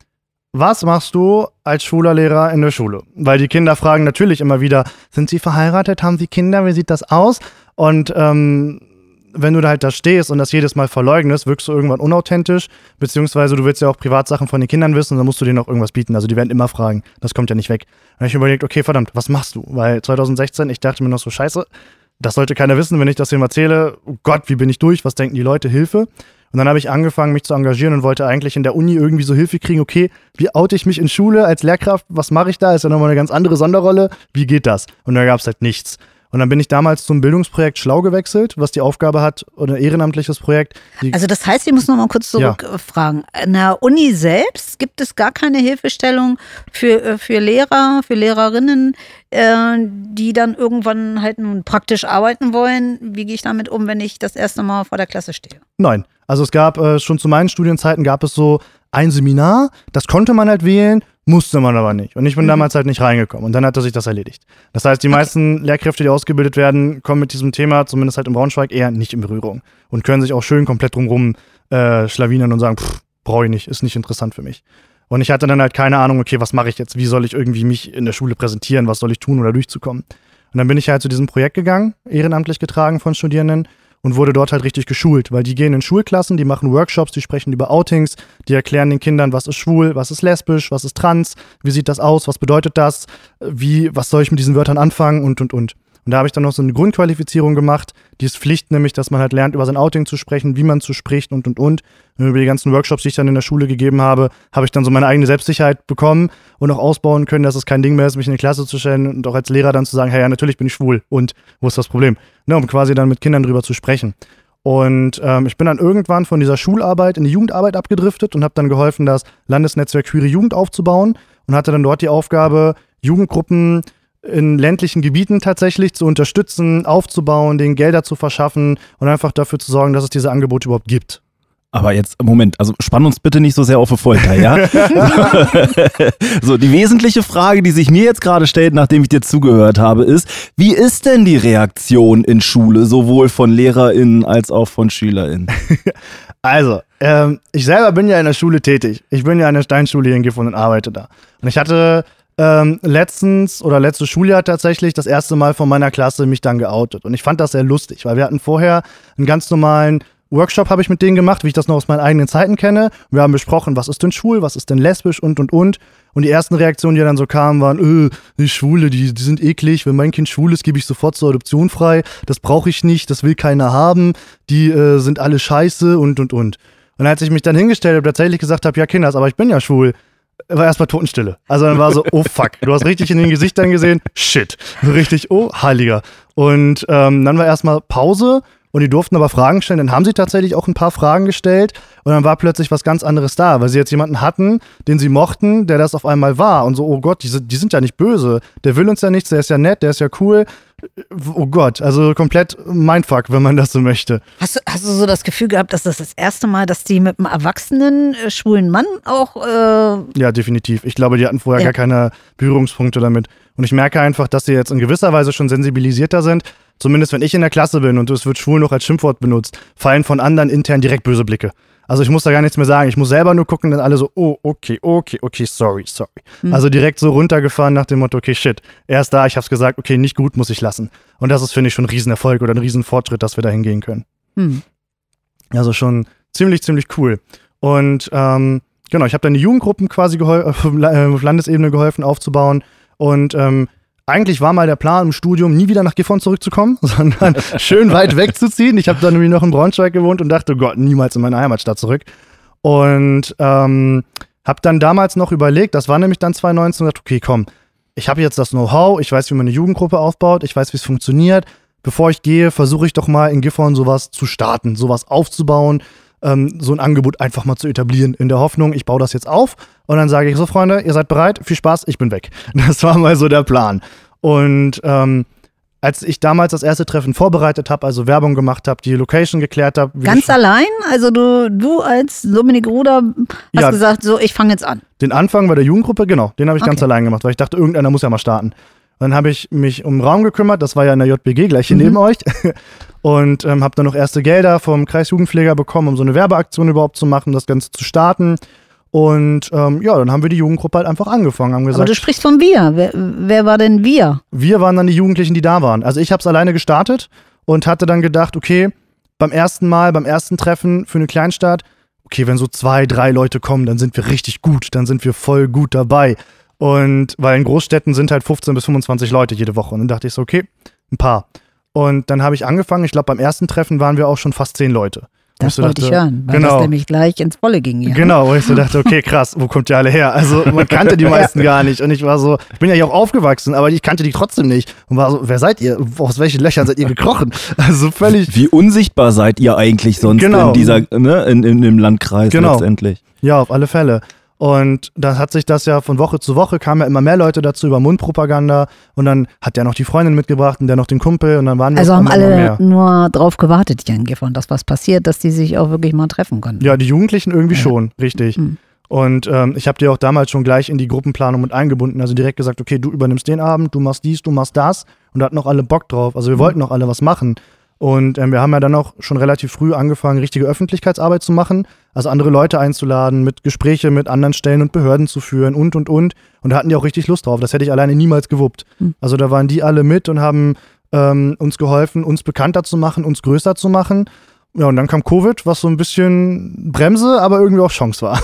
was machst du als schwuler Lehrer in der Schule? Weil die Kinder fragen natürlich immer wieder, sind sie verheiratet, haben sie Kinder, wie sieht das aus? Und ähm, wenn du da halt da stehst und das jedes Mal verleugnest, wirkst du irgendwann unauthentisch, beziehungsweise du willst ja auch Privatsachen von den Kindern wissen und dann musst du denen auch irgendwas bieten. Also die werden immer fragen, das kommt ja nicht weg. Dann habe ich mir überlegt, okay, verdammt, was machst du? Weil zwanzig sechzehn, ich dachte mir noch so, scheiße, das sollte keiner wissen, wenn ich das dem erzähle. Oh Gott, wie bin ich durch, was denken die Leute, Hilfe? Und dann habe ich angefangen, mich zu engagieren und wollte eigentlich in der Uni irgendwie so Hilfe kriegen. Okay, wie oute ich mich in Schule als Lehrkraft? Was mache ich da? Ist ja nochmal eine ganz andere Sonderrolle. Wie geht das? Und da gab es halt nichts. Und dann bin ich damals zum Bildungsprojekt Schlau gewechselt, was die Aufgabe hat, oder ein ehrenamtliches Projekt. Also das heißt, ich muss noch mal kurz zurückfragen. Ja. An der Uni selbst gibt es gar keine Hilfestellung für, für Lehrer, für Lehrerinnen, äh, die dann irgendwann halt nun praktisch arbeiten wollen. Wie gehe ich damit um, wenn ich das erste Mal vor der Klasse stehe? Nein. Also es gab äh, schon zu meinen Studienzeiten gab es so ein Seminar, das konnte man halt wählen, musste man aber nicht. Und ich bin mhm. damals halt nicht reingekommen und dann hat sich das erledigt. Das heißt, die okay. meisten Lehrkräfte, die ausgebildet werden, kommen mit diesem Thema, zumindest halt im Braunschweig, eher nicht in Berührung und können sich auch schön komplett drumrum äh, schlawinern und sagen, pff, brauche ich nicht, ist nicht interessant für mich. Und ich hatte dann halt keine Ahnung, okay, was mache ich jetzt, wie soll ich irgendwie mich in der Schule präsentieren, was soll ich tun, um da durchzukommen. Und dann bin ich halt zu diesem Projekt gegangen, ehrenamtlich getragen von Studierenden, und wurde dort halt richtig geschult, weil die gehen in Schulklassen, die machen Workshops, die sprechen über Outings, die erklären den Kindern, was ist schwul, was ist lesbisch, was ist trans, wie sieht das aus, was bedeutet das, wie, was soll ich mit diesen Wörtern anfangen und, und, und. Und da habe ich dann noch so eine Grundqualifizierung gemacht, die ist Pflicht, nämlich, dass man halt lernt, über sein Outing zu sprechen, wie man zu spricht und, und, und. Und über die ganzen Workshops, die ich dann in der Schule gegeben habe, habe ich dann so meine eigene Selbstsicherheit bekommen und auch ausbauen können, dass es kein Ding mehr ist, mich in die Klasse zu stellen und auch als Lehrer dann zu sagen, hey, ja, natürlich bin ich schwul und wo ist das Problem? Ne, um quasi dann mit Kindern drüber zu sprechen. Und ähm, ich bin dann irgendwann von dieser Schularbeit in die Jugendarbeit abgedriftet und habe dann geholfen, das Landesnetzwerk Queere Jugend aufzubauen und hatte dann dort die Aufgabe, Jugendgruppen in ländlichen Gebieten tatsächlich zu unterstützen, aufzubauen, denen Gelder zu verschaffen und einfach dafür zu sorgen, dass es diese Angebote überhaupt gibt. Aber jetzt, Moment, also spann uns bitte nicht so sehr auf die Folter, ja? So, die wesentliche Frage, die sich mir jetzt gerade stellt, nachdem ich dir zugehört habe, ist, wie ist denn die Reaktion in Schule, sowohl von LehrerInnen als auch von SchülerInnen? Also, ähm, ich selber bin ja in der Schule tätig. Ich bin ja in der Steinschule hier in Gifhorn und arbeite da. Und ich hatte ähm, letztens oder letztes Schuljahr tatsächlich das erste Mal von meiner Klasse mich dann geoutet. Und ich fand das sehr lustig, weil wir hatten vorher einen ganz normalen Workshop habe ich mit denen gemacht, wie ich das noch aus meinen eigenen Zeiten kenne. Wir haben besprochen, was ist denn schwul, was ist denn lesbisch und, und, und. Und die ersten Reaktionen, die dann so kamen, waren, öh, die Schwule, die, die sind eklig. Wenn mein Kind schwul ist, gebe ich sofort zur Adoption frei. Das brauche ich nicht, das will keiner haben. Die äh, sind alle scheiße und, und, und. Und als ich mich dann hingestellt habe, tatsächlich gesagt habe, ja Kinders, aber ich bin ja schwul, war erstmal Totenstille. Also dann war so, oh fuck, du hast richtig in den Gesichtern gesehen, shit. So richtig, oh heiliger. Und ähm, dann war erstmal Pause. Und die durften aber Fragen stellen. Dann haben sie tatsächlich auch ein paar Fragen gestellt. Und dann war plötzlich was ganz anderes da, weil sie jetzt jemanden hatten, den sie mochten, der das auf einmal war. Und so, oh Gott, die sind, die sind ja nicht böse. Der will uns ja nichts, der ist ja nett, der ist ja cool. Oh Gott, also komplett Mindfuck, wenn man das so möchte. Hast du, hast du so das Gefühl gehabt, dass das das erste Mal, dass die mit einem erwachsenen, äh, schwulen Mann auch... Äh ja, definitiv. Ich glaube, die hatten vorher ja. gar keine Berührungspunkte damit. Und ich merke einfach, dass sie jetzt in gewisser Weise schon sensibilisierter sind. Zumindest wenn ich in der Klasse bin und es wird schwul noch als Schimpfwort benutzt, fallen von anderen intern direkt böse Blicke. Also ich muss da gar nichts mehr sagen. Ich muss selber nur gucken, dann alle so, oh, okay, okay, okay, sorry, sorry. Mhm. Also direkt so runtergefahren nach dem Motto, okay, shit, er ist da, ich hab's gesagt, okay, nicht gut, muss ich lassen. Und das ist, finde ich, schon ein Riesenerfolg oder ein Riesenfortschritt, dass wir da hingehen können. Mhm. Also schon ziemlich, ziemlich cool. Und ähm, genau, ich habe dann die Jugendgruppen quasi gehol- auf Landesebene geholfen aufzubauen und ähm, eigentlich war mal der Plan im Studium, nie wieder nach Gifhorn zurückzukommen, sondern schön weit wegzuziehen. Ich habe dann nämlich noch in Braunschweig gewohnt und dachte, oh Gott, niemals in meine Heimatstadt zurück. Und ähm, habe dann damals noch überlegt, das war nämlich dann zwanzig neunzehn, und dachte, okay, komm, ich habe jetzt das Know-how, ich weiß, wie man eine Jugendgruppe aufbaut, ich weiß, wie es funktioniert. Bevor ich gehe, versuche ich doch mal in Gifhorn sowas zu starten, sowas aufzubauen, ähm, so ein Angebot einfach mal zu etablieren, in der Hoffnung, ich baue das jetzt auf und dann sage ich so, Freunde, ihr seid bereit, viel Spaß, ich bin weg. Das war mal so der Plan. Und ähm, als ich damals das erste Treffen vorbereitet habe, also Werbung gemacht habe, die Location geklärt habe. Ganz allein? Also du, du als Dominik Ruder hast ja gesagt, so, ich fange jetzt an. Den Anfang bei der Jugendgruppe, genau, den habe ich okay. ganz allein gemacht, weil ich dachte, irgendeiner muss ja mal starten. Dann habe ich mich um den Raum gekümmert, das war ja in der J B G, gleich hier mhm. neben euch. Und ähm, habe dann noch erste Gelder vom Kreisjugendpfleger bekommen, um so eine Werbeaktion überhaupt zu machen, das Ganze zu starten. Und ähm, ja, dann haben wir die Jugendgruppe halt einfach angefangen. Haben gesagt, aber du sprichst von wir. Wer, wer war denn wir? Wir waren dann die Jugendlichen, die da waren. Also ich habe es alleine gestartet und hatte dann gedacht, okay, beim ersten Mal, beim ersten Treffen für eine Kleinstadt, okay, wenn so zwei, drei Leute kommen, dann sind wir richtig gut, dann sind wir voll gut dabei. Und weil in Großstädten sind halt fünfzehn bis fünfundzwanzig Leute jede Woche. Und dann dachte ich so, okay, ein paar. Und dann habe ich angefangen, ich glaube beim ersten Treffen waren wir auch schon fast zehn Leute. Das so wollte dachte, ich hören, weil genau. das nämlich gleich ins Volle ging. Ja. Genau, wo ich so dachte, okay, krass, wo kommt ihr alle her? Also man kannte die meisten gar nicht. Und ich war so, ich bin ja hier auch aufgewachsen, aber ich kannte die trotzdem nicht. Und war so, wer seid ihr? Aus welchen Löchern seid ihr gekrochen? Also völlig. Wie unsichtbar seid ihr eigentlich sonst genau. in dieser, ne, in, in dem Landkreis genau. letztendlich? Ja, auf alle Fälle. Und dann hat sich das ja von Woche zu Woche, kamen ja immer mehr Leute dazu über Mundpropaganda und dann hat der noch die Freundin mitgebracht und der noch den Kumpel und dann waren wir Also haben immer alle mehr. nur drauf gewartet, Jan Gifford, dass was passiert, dass die sich auch wirklich mal treffen können. Ja, die Jugendlichen irgendwie Ja. schon, richtig. Mhm. Und ähm, ich habe die auch damals schon gleich in die Gruppenplanung mit eingebunden, also direkt gesagt, okay, du übernimmst den Abend, du machst dies, du machst das und da hatten auch alle Bock drauf, also wir Mhm. wollten auch alle was machen. Und ähm, wir haben ja dann auch schon relativ früh angefangen, richtige Öffentlichkeitsarbeit zu machen, also andere Leute einzuladen, mit Gespräche mit anderen Stellen und Behörden zu führen und, und, und. Und da hatten die auch richtig Lust drauf. Das hätte ich alleine niemals gewuppt. Mhm. Also da waren die alle mit und haben ähm, uns geholfen, uns bekannter zu machen, uns größer zu machen. Ja, und dann kam Covid, was so ein bisschen Bremse, aber irgendwie auch Chance war.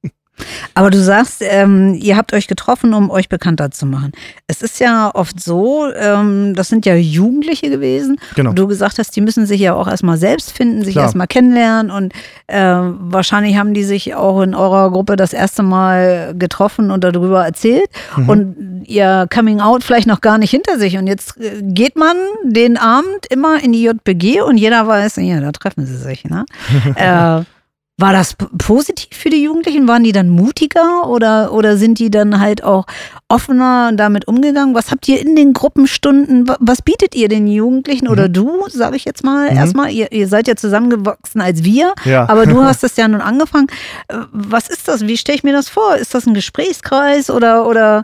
Aber du sagst, ähm, ihr habt euch getroffen, um euch bekannter zu machen. Es ist ja oft so, ähm, das sind ja Jugendliche gewesen. Genau. Und du gesagt hast, die müssen sich ja auch erstmal selbst finden, sich Klar. erstmal kennenlernen und äh, wahrscheinlich haben die sich auch in eurer Gruppe das erste Mal getroffen und darüber erzählt Mhm. und ihr Coming Out vielleicht noch gar nicht hinter sich. Und jetzt äh, geht man den Abend immer in die J P G und jeder weiß, ja, da treffen sie sich. Ne? äh, War das p- positiv für die Jugendlichen? Waren die dann mutiger oder, oder sind die dann halt auch offener damit umgegangen? Was habt ihr in den Gruppenstunden, wa- was bietet ihr den Jugendlichen oder du, sage ich jetzt mal Mhm. erstmal, ihr, ihr seid ja zusammengewachsen als wir, Ja. aber du hast das ja nun angefangen. Äh, Was ist das? Wie stelle ich mir das vor? Ist das ein Gesprächskreis oder, oder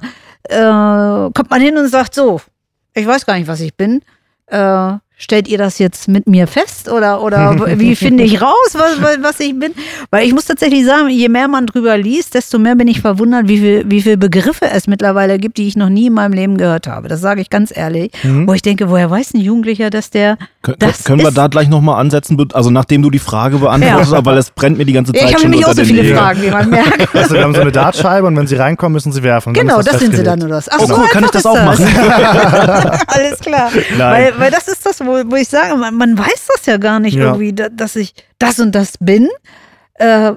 äh, kommt man hin und sagt so, ich weiß gar nicht, was ich bin, äh, stellt ihr das jetzt mit mir fest oder, oder wie finde ich raus, was, was ich bin? Weil ich muss tatsächlich sagen, je mehr man drüber liest, desto mehr bin ich verwundert, wie viel, wie viel Begriffe es mittlerweile gibt, die ich noch nie in meinem Leben gehört habe. Das sage ich ganz ehrlich. Mhm. Wo ich denke, woher weiß ein Jugendlicher, dass der Kön das können wir ist? da gleich nochmal ansetzen, also nachdem du die Frage beantwortet Ja. hast, weil es brennt mir die ganze Ja, Zeit ich habe schon nämlich unter auch so den viele Nägeln. Fragen, wie man merkt. Also wir haben so eine Dartscheibe und wenn sie reinkommen, müssen sie werfen. Dann Genau, ist das sind sie festgelegt. dann oder was? Ach Oh so, cool, kann ich einfach das ist auch Alles klar. Nein. Weil, weil das ist das, wo, wo ich sage, man, man weiß das ja gar nicht Ja. irgendwie, da, dass ich das und das bin. Äh,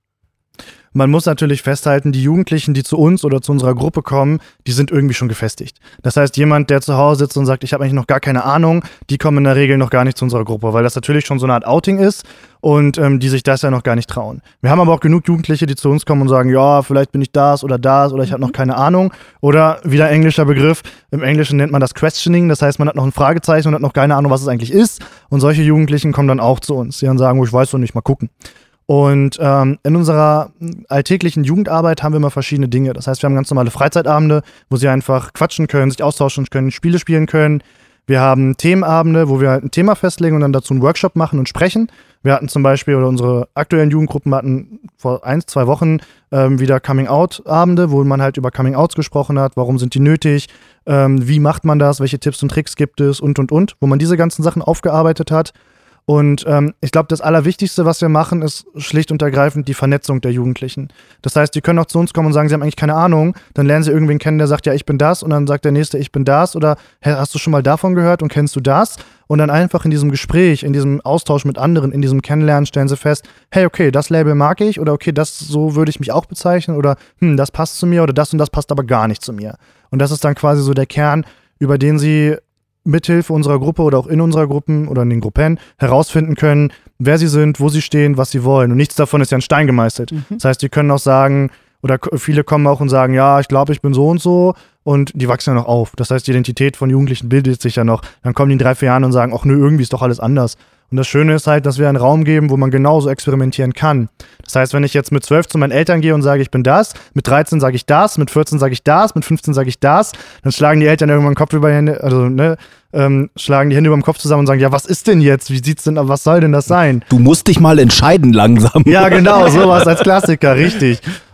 Man muss natürlich festhalten, die Jugendlichen, die zu uns oder zu unserer Gruppe kommen, die sind irgendwie schon gefestigt. Das heißt, jemand, der zu Hause sitzt und sagt, ich habe eigentlich noch gar keine Ahnung, die kommen in der Regel noch gar nicht zu unserer Gruppe, weil das natürlich schon so eine Art Outing ist und ähm, die sich das ja noch gar nicht trauen. Wir haben aber auch genug Jugendliche, die zu uns kommen und sagen, ja, vielleicht bin ich das oder das oder ich habe noch keine Ahnung. Oder wieder englischer Begriff, im Englischen nennt man das Questioning, das heißt, man hat noch ein Fragezeichen und hat noch keine Ahnung, was es eigentlich ist. Und solche Jugendlichen kommen dann auch zu uns, die dann sagen, oh, ich weiß doch nicht, mal gucken. Und ähm, in unserer alltäglichen Jugendarbeit haben wir immer verschiedene Dinge. Das heißt, wir haben ganz normale Freizeitabende, wo sie einfach quatschen können, sich austauschen können, Spiele spielen können. Wir haben Themenabende, wo wir halt ein Thema festlegen und dann dazu einen Workshop machen und sprechen. Wir hatten zum Beispiel, oder unsere aktuellen Jugendgruppen hatten vor ein, zwei Wochen ähm, wieder Coming-out-Abende, wo man halt über Coming-outs gesprochen hat, warum sind die nötig, ähm, wie macht man das, welche Tipps und Tricks gibt es und, und, und, wo man diese ganzen Sachen aufgearbeitet hat. Und ähm, ich glaube, das Allerwichtigste, was wir machen, ist schlicht und ergreifend die Vernetzung der Jugendlichen. Das heißt, die können auch zu uns kommen und sagen, sie haben eigentlich keine Ahnung. Dann lernen sie irgendwen kennen, der sagt, ja, ich bin das. Und dann sagt der Nächste, ich bin das. Oder hey, hast du schon mal davon gehört und kennst du das? Und dann einfach in diesem Gespräch, in diesem Austausch mit anderen, in diesem Kennenlernen stellen sie fest, hey, okay, das Label mag ich. Oder okay, das so würde ich mich auch bezeichnen. Oder hm, das passt zu mir. Oder das und das passt aber gar nicht zu mir. Und das ist dann quasi so der Kern, über den sie mithilfe unserer Gruppe oder auch in unserer Gruppen oder in den Gruppen herausfinden können, wer sie sind, wo sie stehen, was sie wollen. Und nichts davon ist ja in Stein gemeißelt. Mhm. Das heißt, die können auch sagen, oder viele kommen auch und sagen, ja, ich glaube, ich bin so und so und die wachsen ja noch auf. Das heißt, die Identität von Jugendlichen bildet sich ja noch. Dann kommen die in drei, vier Jahren und sagen, ach nö, irgendwie ist doch alles anders. Und das Schöne ist halt, dass wir einen Raum geben, wo man genauso experimentieren kann. Das heißt, wenn ich jetzt mit zwölf zu meinen Eltern gehe und sage, ich bin das, mit dreizehn sage ich das, mit vierzehn sage ich das, mit fünfzehn sage ich das, dann schlagen die Eltern irgendwann den Kopf über die Hände, also ne, ähm, schlagen die Hände über dem Kopf zusammen und sagen, ja, was ist denn jetzt? Wie sieht's denn, was soll denn das sein? Du musst dich mal entscheiden langsam. Ja, genau, sowas als Klassiker, richtig.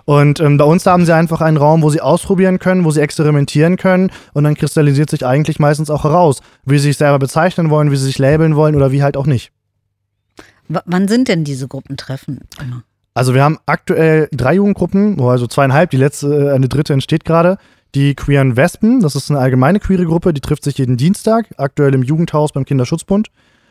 Und ähm, bei uns da haben sie einfach einen Raum, wo sie ausprobieren können, wo sie experimentieren können und dann kristallisiert sich eigentlich meistens auch heraus, wie sie sich selber bezeichnen wollen, wie sie sich labeln wollen oder wie halt auch nicht. W- wann sind denn diese Gruppentreffen? Also wir haben aktuell drei Jugendgruppen, also zweieinhalb, die letzte, eine dritte entsteht gerade. Die Queeren Wespen, das ist eine allgemeine queere Gruppe, die trifft sich jeden Dienstag, aktuell im Jugendhaus beim Kinderschutzbund.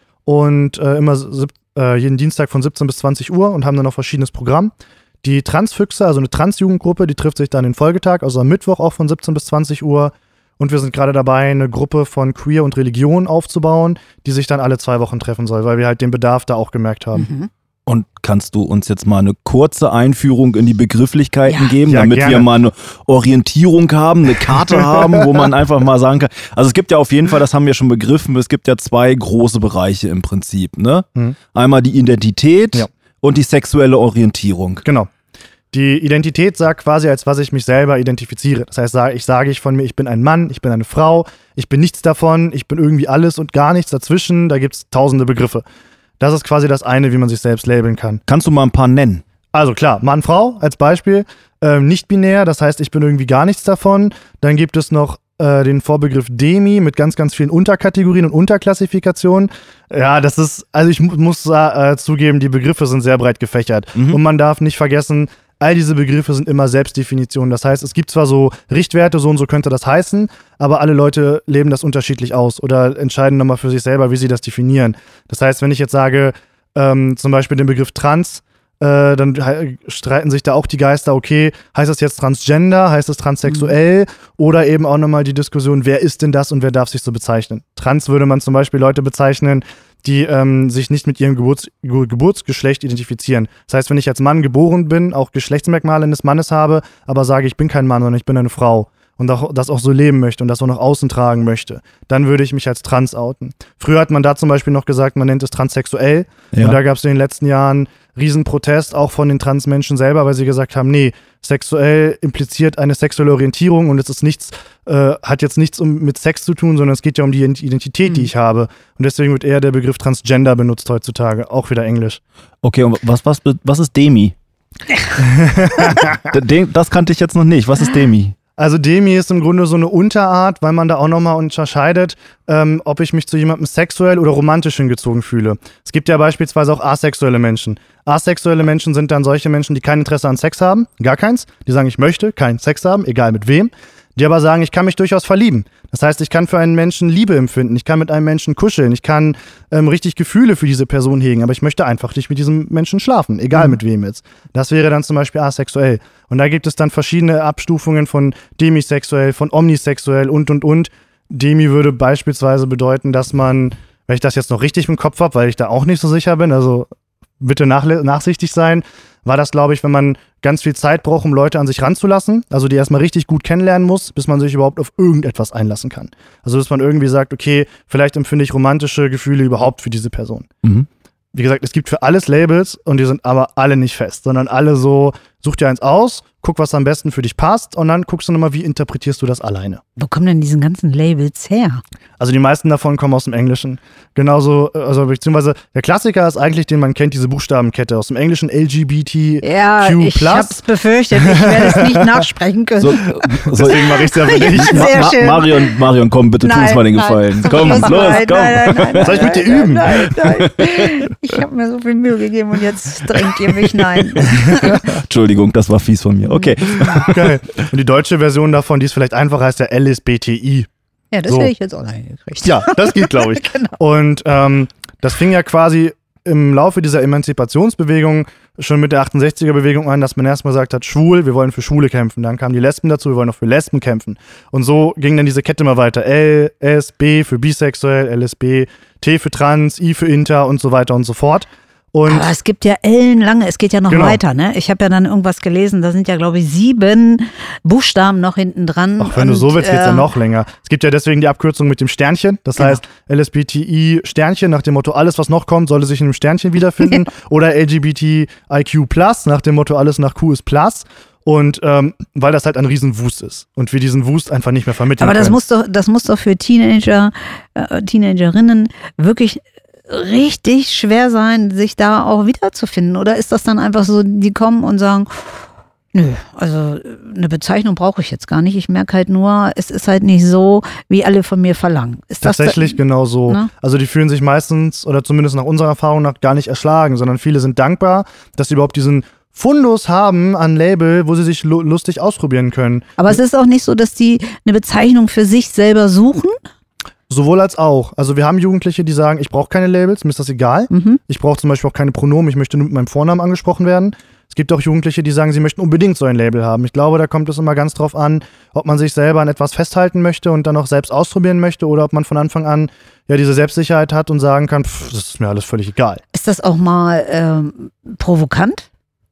Und äh, immer sieb- äh, jeden Dienstag von siebzehn bis zwanzig Uhr und haben dann noch verschiedenes Programm. Die Transfüchse, also eine Trans-Jugendgruppe, die trifft sich dann den Folgetag, also am Mittwoch auch von siebzehn bis zwanzig Uhr. Und wir sind gerade dabei, eine Gruppe von Queer und Religion aufzubauen, die sich dann alle zwei Wochen treffen soll, weil wir halt den Bedarf da auch gemerkt haben. Mhm. Und kannst du uns jetzt mal eine kurze Einführung in die Begrifflichkeiten Ja. geben, Ja, damit gerne. wir mal eine Orientierung haben, eine Karte haben, wo man einfach mal sagen kann. Also es gibt ja auf jeden Fall, das haben wir schon begriffen, es gibt ja zwei große Bereiche im Prinzip. Ne? Mhm. Einmal die Identität Ja. und die sexuelle Orientierung. Genau. Die Identität sagt quasi, als was ich mich selber identifiziere. Das heißt, sage- ich sage ich von mir, ich bin ein Mann, ich bin eine Frau, ich bin nichts davon, ich bin irgendwie alles und gar nichts dazwischen. Da gibt es tausende Begriffe. Das ist quasi das eine, wie man sich selbst labeln kann. Kannst du mal ein paar nennen? Also klar, Mann, Frau als Beispiel, ähm, nicht binär, das heißt, ich bin irgendwie gar nichts davon. Dann gibt es noch äh, den Vorbegriff Demi mit ganz, ganz vielen Unterkategorien und Unterklassifikationen. Ja, das ist, also ich mu- muss äh, zugeben, die Begriffe sind sehr breit gefächert. Mhm. Und man darf nicht vergessen, all diese Begriffe sind immer Selbstdefinitionen. Das heißt, es gibt zwar so Richtwerte, so und so könnte das heißen, aber alle Leute leben das unterschiedlich aus oder entscheiden nochmal für sich selber, wie sie das definieren. Das heißt, wenn ich jetzt sage, ähm, zum Beispiel den Begriff Trans, äh, dann he- streiten sich da auch die Geister, okay, heißt das jetzt Transgender, heißt das transsexuell mhm. oder eben auch nochmal die Diskussion, wer ist denn das und wer darf sich so bezeichnen. Trans würde man zum Beispiel Leute bezeichnen, die ähm, sich nicht mit ihrem Geburts- Ge- Geburtsgeschlecht identifizieren. Das heißt, wenn ich als Mann geboren bin, auch Geschlechtsmerkmale eines Mannes habe, aber sage, ich bin kein Mann, sondern ich bin eine Frau und auch, das auch so leben möchte und das auch nach außen tragen möchte, dann würde ich mich als trans outen. Früher hat man da zum Beispiel noch gesagt, man nennt es transsexuell. Ja. Und da gab es in den letzten Jahren Riesenprotest, auch von den Transmenschen selber, weil sie gesagt haben, nee, sexuell impliziert eine sexuelle Orientierung und es ist nichts, äh, hat jetzt nichts um, mit Sex zu tun, sondern es geht ja um die Identität, Mhm. die ich habe. Und deswegen wird eher der Begriff Transgender benutzt heutzutage, auch wieder Englisch. Okay, und was, was, was ist Demi? Den- das kannte ich jetzt noch nicht. Was ist Demi? Also Demi ist im Grunde so eine Unterart, weil man da auch nochmal unterscheidet, ähm, ob ich mich zu jemandem sexuell oder romantisch hingezogen fühle. Es gibt ja beispielsweise auch asexuelle Menschen. Asexuelle Menschen sind dann solche Menschen, die kein Interesse an Sex haben, gar keins. Die sagen, ich möchte keinen Sex haben, egal mit wem. Die aber sagen, ich kann mich durchaus verlieben. Das heißt, ich kann für einen Menschen Liebe empfinden, ich kann mit einem Menschen kuscheln, ich kann ähm, richtig Gefühle für diese Person hegen, aber ich möchte einfach nicht mit diesem Menschen schlafen, egal Mhm. mit wem jetzt. Das wäre dann zum Beispiel asexuell. Und da gibt es dann verschiedene Abstufungen von demisexuell, von omnisexuell und, und, und. Demi würde beispielsweise bedeuten, dass man, wenn ich das jetzt noch richtig im Kopf habe, weil ich da auch nicht so sicher bin, also bitte nachle- nachsichtig sein, war das, glaube ich, wenn man ganz viel Zeit braucht, um Leute an sich ranzulassen, also die erstmal richtig gut kennenlernen muss, bis man sich überhaupt auf irgendetwas einlassen kann. Also dass man irgendwie sagt, okay, vielleicht empfinde ich romantische Gefühle überhaupt für diese Person. Mhm. Wie gesagt, es gibt für alles Labels und die sind aber alle nicht fest, sondern alle so, such dir eins aus, guck, was am besten für dich passt und dann guckst du nochmal, wie interpretierst du das alleine. Wo kommen denn diese ganzen Labels her? Also die meisten davon kommen aus dem Englischen. Genauso, also beziehungsweise der Klassiker ist eigentlich, den man kennt, diese Buchstabenkette aus dem Englischen L G B T Q Ja, ich plus. hab's befürchtet. Ich werde es nicht nachsprechen können. So, so, Deswegen mache ich es ja für dich. Ja, sehr Ma- schön. Marion, Marion, komm, bitte tu uns Nein, mal den nein. Gefallen. Komm, Nein, los, nein, komm. nein, nein, nein, Soll ich mit dir nein, üben? Nein, nein, nein. Ich habe mir so viel Mühe gegeben und jetzt drängt ihr mich nein. Entschuldigung, das war fies von mir. Okay. Geil. Und die deutsche Version davon, die ist vielleicht einfacher, heißt ja L S B T I. Ja, das So. hätte ich jetzt auch nicht gekriegt. Ja, das geht, glaube ich. Genau. Und ähm, das fing ja quasi im Laufe dieser Emanzipationsbewegung schon mit der achtundsechziger-Bewegung an, dass man erstmal gesagt hat, schwul, wir wollen für Schwule kämpfen. Dann kamen die Lesben dazu, wir wollen auch für Lesben kämpfen. Und so ging dann diese Kette mal weiter. L, S, B für bisexuell, L S B, T für trans, I für inter und so weiter und so fort. Und Aber es gibt ja ellenlange, es geht ja noch Genau. weiter, ne? Ich habe ja dann irgendwas gelesen, da sind ja, glaube ich, sieben Buchstaben noch hinten dran. Ach, wenn du und, so willst, geht's ja äh, noch länger. Es gibt ja deswegen die Abkürzung mit dem Sternchen. Das Genau. heißt L S B T I Sternchen nach dem Motto, alles was noch kommt, sollte sich in einem Sternchen wiederfinden. Oder L G B T I Q plus nach dem Motto, alles nach Q ist Plus. Und ähm, weil das halt ein Riesenwust ist und wir diesen Wust einfach nicht mehr vermitteln Aber das können. muss doch, das muss doch für Teenager, äh, Teenagerinnen wirklich richtig schwer sein, sich da auch wiederzufinden. Oder ist das dann einfach so, die kommen und sagen, Nö, also eine Bezeichnung brauche ich jetzt gar nicht. Ich merke halt nur, es ist halt nicht so, wie alle von mir verlangen. Ist Tatsächlich das, genau so. Ne? Also die fühlen sich meistens, oder zumindest nach unserer Erfahrung nach, gar nicht erschlagen, sondern viele sind dankbar, dass sie überhaupt diesen Fundus haben an Label, wo sie sich lu- lustig ausprobieren können. Aber es ist auch nicht so, dass die eine Bezeichnung für sich selber suchen. Sowohl als auch. Also wir haben Jugendliche, die sagen, ich brauche keine Labels, mir ist das egal. Mhm. Ich brauche zum Beispiel auch keine Pronomen, ich möchte nur mit meinem Vornamen angesprochen werden. Es gibt auch Jugendliche, die sagen, sie möchten unbedingt so ein Label haben. Ich glaube, da kommt es immer ganz drauf an, ob man sich selber an etwas festhalten möchte und dann auch selbst ausprobieren möchte oder ob man von Anfang an ja diese Selbstsicherheit hat und sagen kann, pff, das ist mir alles völlig egal. Ist das auch mal ähm, provokant?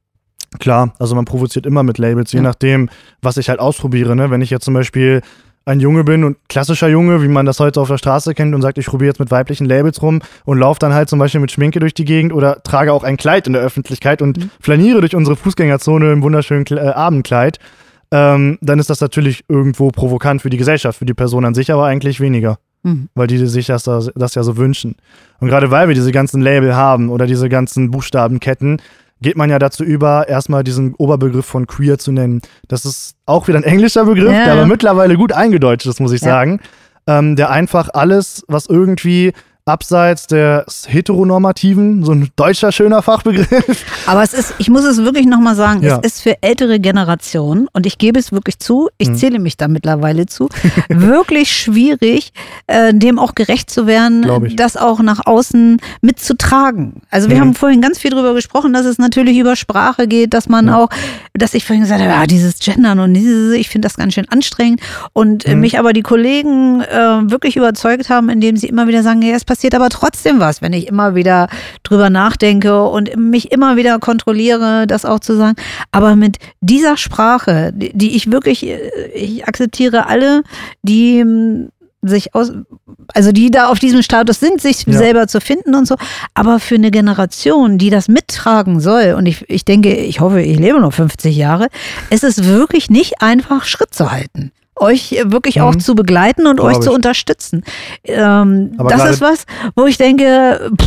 Klar, also man provoziert immer mit Labels, je Ja. nachdem, was ich halt ausprobiere. Ne? Wenn ich jetzt zum Beispiel ein Junge bin und klassischer Junge, wie man das heute auf der Straße kennt und sagt, ich probiere jetzt mit weiblichen Labels rum und laufe dann halt zum Beispiel mit Schminke durch die Gegend oder trage auch ein Kleid in der Öffentlichkeit und Mhm. flaniere durch unsere Fußgängerzone im wunderschönen Kle- äh, Abendkleid, ähm, dann ist das natürlich irgendwo provokant für die Gesellschaft, für die Person an sich aber eigentlich weniger, Mhm. weil die sich das, das ja so wünschen. Und gerade weil wir diese ganzen Label haben oder diese ganzen Buchstabenketten, geht man ja dazu über, erstmal diesen Oberbegriff von queer zu nennen. Das ist auch wieder ein englischer Begriff, Ja. der aber mittlerweile gut eingedeutscht ist, muss ich Ja. sagen. Ähm, der einfach alles, was irgendwie abseits des Heteronormativen, so ein deutscher schöner Fachbegriff. Aber es ist, ich muss es wirklich nochmal sagen, Ja. es ist für ältere Generationen, und ich gebe es wirklich zu, ich Mhm. zähle mich da mittlerweile zu, wirklich schwierig, äh, dem auch gerecht zu werden, Glaub ich. das auch nach außen mitzutragen. Also wir Mhm. haben vorhin ganz viel darüber gesprochen, dass es natürlich über Sprache geht, dass man Ja. auch, dass ich vorhin gesagt habe, ja, dieses Gendern und dieses, ich finde das ganz schön anstrengend, und äh, Mhm. mich aber die Kollegen äh, wirklich überzeugt haben, indem sie immer wieder sagen, ja, es passiert aber trotzdem was, wenn ich immer wieder drüber nachdenke und mich immer wieder kontrolliere, das auch zu sagen. Aber mit dieser Sprache, die, die ich wirklich, äh, ich akzeptiere alle, die ähm, sich aus, also die da auf diesem Status sind, sich Ja. selber zu finden und so. Aber für eine Generation, die das mittragen soll, und ich, ich denke, ich hoffe, ich lebe noch fünfzig Jahre, ist es wirklich nicht einfach, Schritt zu halten. Euch wirklich Mhm. auch zu begleiten und Glaub euch zu ich. unterstützen. Ähm, Aber das gerade- ist was, wo ich denke, pff,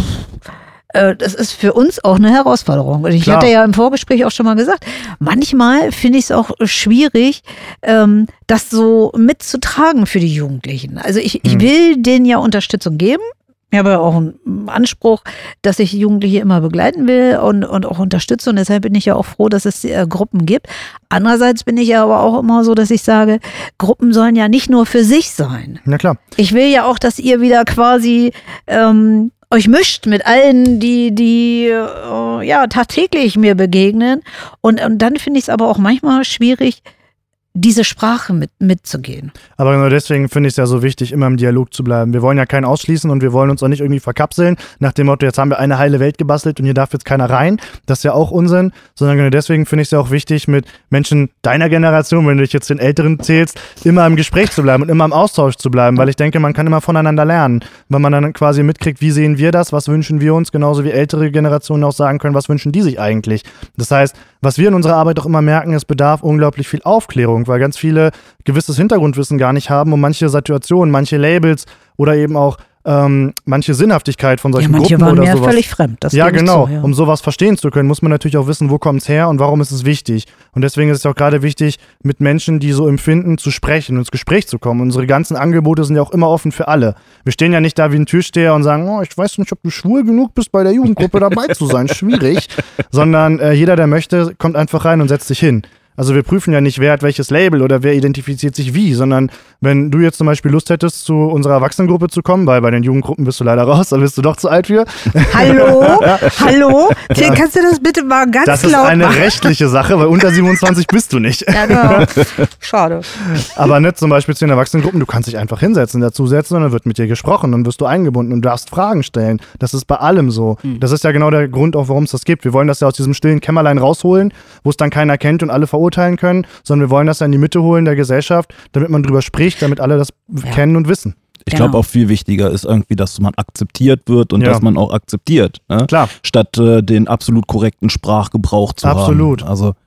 äh, das ist für uns auch eine Herausforderung. Und ich Klar. hatte ja im Vorgespräch auch schon mal gesagt, manchmal finde ich es auch schwierig, ähm, das so mitzutragen für die Jugendlichen. Also ich, ich Mhm. will denen ja Unterstützung geben. Ich habe ja auch einen Anspruch, dass ich Jugendliche immer begleiten will und, und auch unterstütze. Und deshalb bin ich ja auch froh, dass es äh, Gruppen gibt. Andererseits bin ich ja aber auch immer so, dass ich sage, Gruppen sollen ja nicht nur für sich sein. Na klar. Ich will ja auch, dass ihr wieder quasi ähm, euch mischt mit allen, die, die äh, ja tagtäglich mir begegnen. Und, und dann finde ich es aber auch manchmal schwierig, diese Sprache mit, mitzugehen. Aber genau deswegen finde ich es ja so wichtig, immer im Dialog zu bleiben. Wir wollen ja keinen ausschließen und wir wollen uns auch nicht irgendwie verkapseln, nach dem Motto, jetzt haben wir eine heile Welt gebastelt und hier darf jetzt keiner rein. Das ist ja auch Unsinn. Sondern genau deswegen finde ich es ja auch wichtig, mit Menschen deiner Generation, wenn du dich jetzt den Älteren zählst, immer im Gespräch zu bleiben und immer im Austausch zu bleiben. Weil ich denke, man kann immer voneinander lernen. Weil man dann quasi mitkriegt, wie sehen wir das, was wünschen wir uns, genauso wie ältere Generationen auch sagen können, was wünschen die sich eigentlich. Das heißt, was wir in unserer Arbeit auch immer merken, es bedarf unglaublich viel Aufklärung, weil ganz viele gewisses Hintergrundwissen gar nicht haben und manche Situationen, manche Labels oder eben auch ähm, manche Sinnhaftigkeit von Ja, solchen manche Gruppen waren oder mir sowas. völlig fremd. Das Ja, gebe ich genau. zu, ja. Um sowas verstehen zu können, muss man natürlich auch wissen, wo kommt es her und warum ist es wichtig. Und deswegen ist es auch gerade wichtig, mit Menschen, die so empfinden, zu sprechen und ins Gespräch zu kommen. Unsere ganzen Angebote sind ja auch immer offen für alle. Wir stehen ja nicht da wie ein Türsteher und sagen, oh, ich weiß nicht, ob du schwul genug bist, bei der Jugendgruppe dabei zu sein. Schwierig. Sondern äh, jeder, der möchte, kommt einfach rein und setzt sich hin. Also wir prüfen ja nicht, wer hat welches Label oder wer identifiziert sich wie, sondern wenn du jetzt zum Beispiel Lust hättest, zu unserer Erwachsenengruppe zu kommen, weil bei den Jugendgruppen bist du leider raus, da bist du doch zu alt für. Hallo? Hallo? Till, kannst du das bitte mal ganz Das ist laut eine machen? rechtliche Sache, weil unter siebenundzwanzig bist du nicht. Ja, genau. Schade. Aber nicht zum Beispiel zu den Erwachsenengruppen, du kannst dich einfach hinsetzen, dazusetzen und dann wird mit dir gesprochen, dann wirst du eingebunden und du darfst Fragen stellen. Das ist bei allem so. Mhm. Das ist ja genau der Grund, auch warum es das gibt. Wir wollen das ja aus diesem stillen Kämmerlein rausholen, wo es dann keiner kennt und alle verurteilen können, sondern wir wollen das ja in die Mitte holen der Gesellschaft, damit man drüber spricht, damit alle das Ja. kennen und wissen. Ich Genau. glaube auch viel wichtiger ist irgendwie, dass man akzeptiert wird und Ja. dass man auch akzeptiert, ne? Klar. Statt äh, den absolut korrekten Sprachgebrauch zu Absolut. haben. Also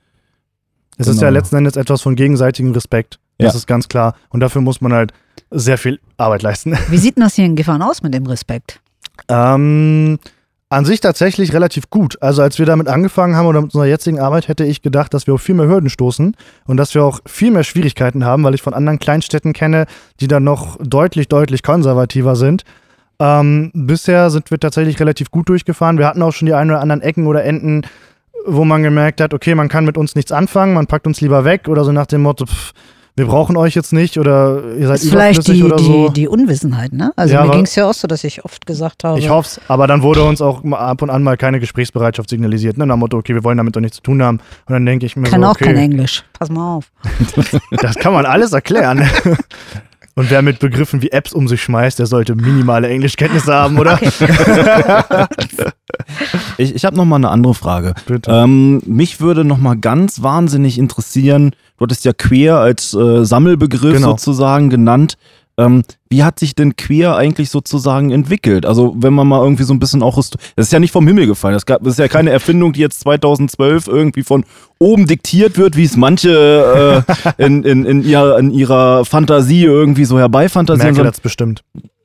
Es ist Genau. ja letzten Endes etwas von gegenseitigem Respekt. Das Ja. ist ganz klar. Und dafür muss man halt sehr viel Arbeit leisten. Wie sieht denn das hier in Gifhorn aus mit dem Respekt? Ähm, An sich tatsächlich relativ gut. Also als wir damit angefangen haben oder mit unserer jetzigen Arbeit, hätte ich gedacht, dass wir auf viel mehr Hürden stoßen und dass wir auch viel mehr Schwierigkeiten haben, weil ich von anderen Kleinstädten kenne, die dann noch deutlich, deutlich konservativer sind. Ähm, bisher sind wir tatsächlich relativ gut durchgefahren. Wir hatten auch schon die ein oder anderen Ecken oder Enden, wo man gemerkt hat, okay, man kann mit uns nichts anfangen, man packt uns lieber weg oder so nach dem Motto, pff, wir brauchen euch jetzt nicht oder ihr seid ist vielleicht überflüssig die, oder so. die, die Unwissenheit, ne? Also ja, mir ging es ja auch so, dass ich oft gesagt habe. Ich hoffe es, aber dann wurde uns auch ab und an mal keine Gesprächsbereitschaft signalisiert, ne? Nach dem Motto, okay, wir wollen damit doch nichts zu tun haben. Und dann denke ich mir kann so, auch okay, kein Englisch, pass mal auf. Das kann man alles erklären. Und wer mit Begriffen wie Apps um sich schmeißt, der sollte minimale Englischkenntnisse haben, oder? Okay. Ich, ich habe noch mal eine andere Frage. Bitte. Ähm, mich würde noch mal ganz wahnsinnig interessieren, du hattest ja queer als äh, Sammelbegriff Genau. sozusagen genannt. Ähm, wie hat sich denn queer eigentlich sozusagen entwickelt? Also wenn man mal irgendwie so ein bisschen auch, das ist ja nicht vom Himmel gefallen, das, gab, das ist ja keine Erfindung, die jetzt zweitausendzwölf irgendwie von oben diktiert wird, wie es manche äh, in, in, in, ihrer, in ihrer Fantasie irgendwie so herbeifantasieren. Merkel hat's bestimmt.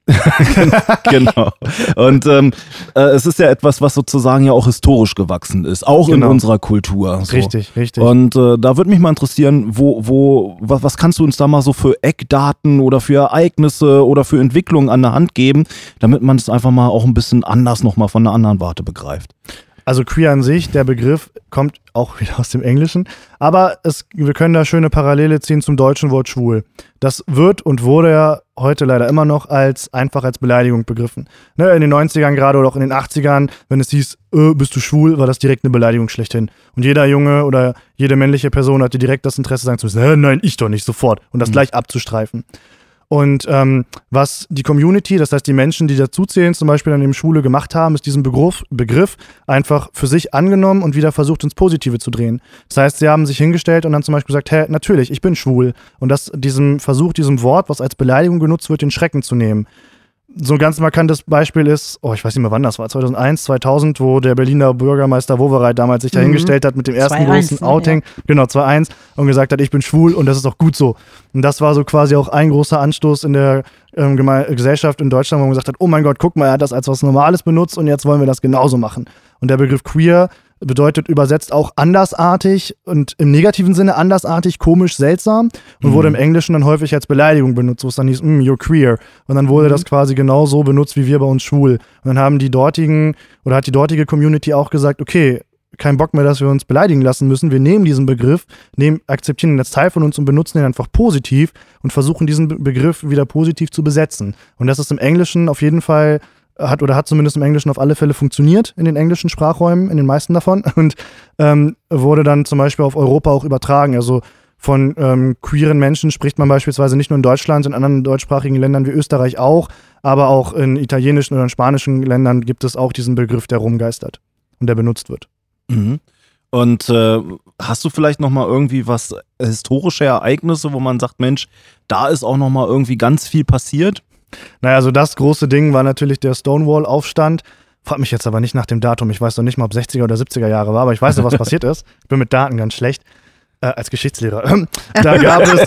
Genau. Und ähm, äh, es ist ja etwas, was sozusagen ja auch historisch gewachsen ist, auch Genau. in unserer Kultur. So. Richtig, richtig. Und äh, da würde mich mal interessieren, wo, wo, was, was kannst du uns da mal so für Eckdaten oder für Ereignisse oder für Entwicklungen an der Hand geben, damit man es einfach mal auch ein bisschen anders nochmal von einer anderen Warte begreift. Also queer an sich, der Begriff kommt auch wieder aus dem Englischen, aber es, wir können da schöne Parallele ziehen zum deutschen Wort schwul. Das wird und wurde ja heute leider immer noch als einfach als Beleidigung begriffen. Ne, in den neunzigern gerade oder auch in den achtzigern, wenn es hieß, äh, bist du schwul, war das direkt eine Beleidigung schlechthin. Und jeder Junge oder jede männliche Person hatte direkt das Interesse, sagen zu müssen, äh, nein, ich doch nicht, sofort. Und das mhm. gleich abzustreifen. Und ähm, was die Community, das heißt die Menschen, die dazuzählen, zum Beispiel an dem Schwule gemacht haben, ist diesen Begriff, Begriff einfach für sich angenommen und wieder versucht ins Positive zu drehen. Das heißt, sie haben sich hingestellt und dann zum Beispiel gesagt, hä, natürlich, ich bin schwul. Und das diesem Versuch, diesem Wort, was als Beleidigung genutzt wird, den Schrecken zu nehmen. So ein ganz markantes Beispiel ist, oh, ich weiß nicht mehr wann das war, zweitausendeins, zweitausend, wo der Berliner Bürgermeister Wowereit damals sich da hingestellt hat mit dem ersten großen Outing, ja. Genau, zwei eins, und gesagt hat, ich bin schwul und das ist auch gut so. Und das war so quasi auch ein großer Anstoß in der ähm, Geme- Gesellschaft in Deutschland, wo man gesagt hat, oh mein Gott, guck mal, er hat das als was Normales benutzt und jetzt wollen wir das genauso machen. Und der Begriff queer bedeutet übersetzt auch andersartig und im negativen Sinne andersartig, komisch, seltsam und mhm. wurde im Englischen dann häufig als Beleidigung benutzt, wo es dann hieß, mm, you're queer. Und dann wurde mhm. das quasi genau so benutzt, wie wir bei uns schwul. Und dann haben die dortigen, oder hat die dortige Community auch gesagt, okay, kein Bock mehr, dass wir uns beleidigen lassen müssen. Wir nehmen diesen Begriff, nehmen, akzeptieren ihn als Teil von uns und benutzen ihn einfach positiv und versuchen diesen Be- Begriff wieder positiv zu besetzen. Und das ist im Englischen auf jeden Fall hat oder hat zumindest im Englischen auf alle Fälle funktioniert in den englischen Sprachräumen, in den meisten davon und ähm, wurde dann zum Beispiel auf Europa auch übertragen. Also von ähm, queeren Menschen spricht man beispielsweise nicht nur in Deutschland, in anderen deutschsprachigen Ländern wie Österreich auch, aber auch in italienischen oder in spanischen Ländern gibt es auch diesen Begriff, der rumgeistert und der benutzt wird. Mhm. Und äh, hast du vielleicht nochmal irgendwie was historische Ereignisse, wo man sagt, Mensch, da ist auch nochmal irgendwie ganz viel passiert? Naja, also das große Ding war natürlich der Stonewall-Aufstand. Frag mich jetzt aber nicht nach dem Datum. Ich weiß noch nicht mal, ob sechziger oder siebziger Jahre war, aber ich weiß noch, was passiert ist. Ich bin mit Daten ganz schlecht. Äh, als Geschichtslehrer. Da gab es,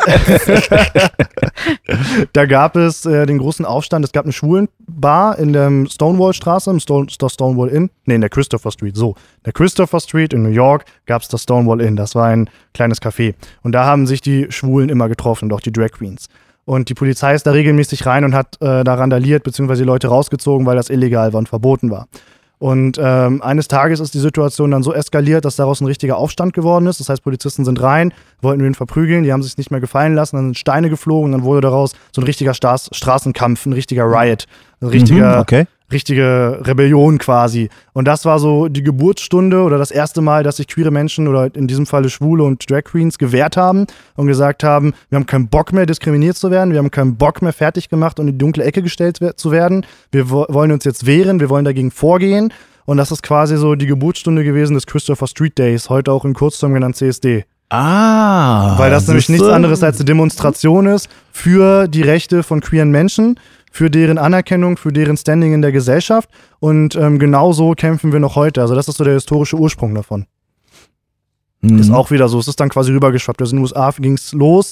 da gab es äh, den großen Aufstand. Es gab eine Schwulenbar in der Stonewall-Straße, im Stone, Stonewall Inn. Nee, in der Christopher Street. So, in der Christopher Street in New York gab es das Stonewall Inn. Das war ein kleines Café. Und da haben sich die Schwulen immer getroffen und auch die Drag Queens. Und die Polizei ist da regelmäßig rein und hat äh, da randaliert, beziehungsweise die Leute rausgezogen, weil das illegal war und verboten war. Und ähm, eines Tages ist die Situation dann so eskaliert, dass daraus ein richtiger Aufstand geworden ist. Das heißt, Polizisten sind rein, wollten ihn verprügeln, die haben sich nicht mehr gefallen lassen, dann sind Steine geflogen, dann wurde daraus so ein richtiger Stas- Straßenkampf, ein richtiger Riot, ein richtiger, mhm, okay. richtige Rebellion quasi. Und das war so die Geburtsstunde oder das erste Mal, dass sich queere Menschen oder in diesem Falle Schwule und Drag Queens gewehrt haben und gesagt haben, wir haben keinen Bock mehr diskriminiert zu werden, wir haben keinen Bock mehr fertig gemacht und in die dunkle Ecke gestellt zu werden. Wir wo- wollen uns jetzt wehren, wir wollen dagegen vorgehen. Und das ist quasi so die Geburtsstunde gewesen des Christopher Street Days, heute auch in Kurzform genannt C S D. Ah. Weil das nämlich siehste? nichts anderes als eine Demonstration ist für die Rechte von queeren Menschen, für deren Anerkennung, für deren Standing in der Gesellschaft. Und ähm, genau so kämpfen wir noch heute. Also das ist so der historische Ursprung davon. Mhm. Ist auch wieder so. Es ist dann quasi rübergeschwappt. Also in den U S A ging es los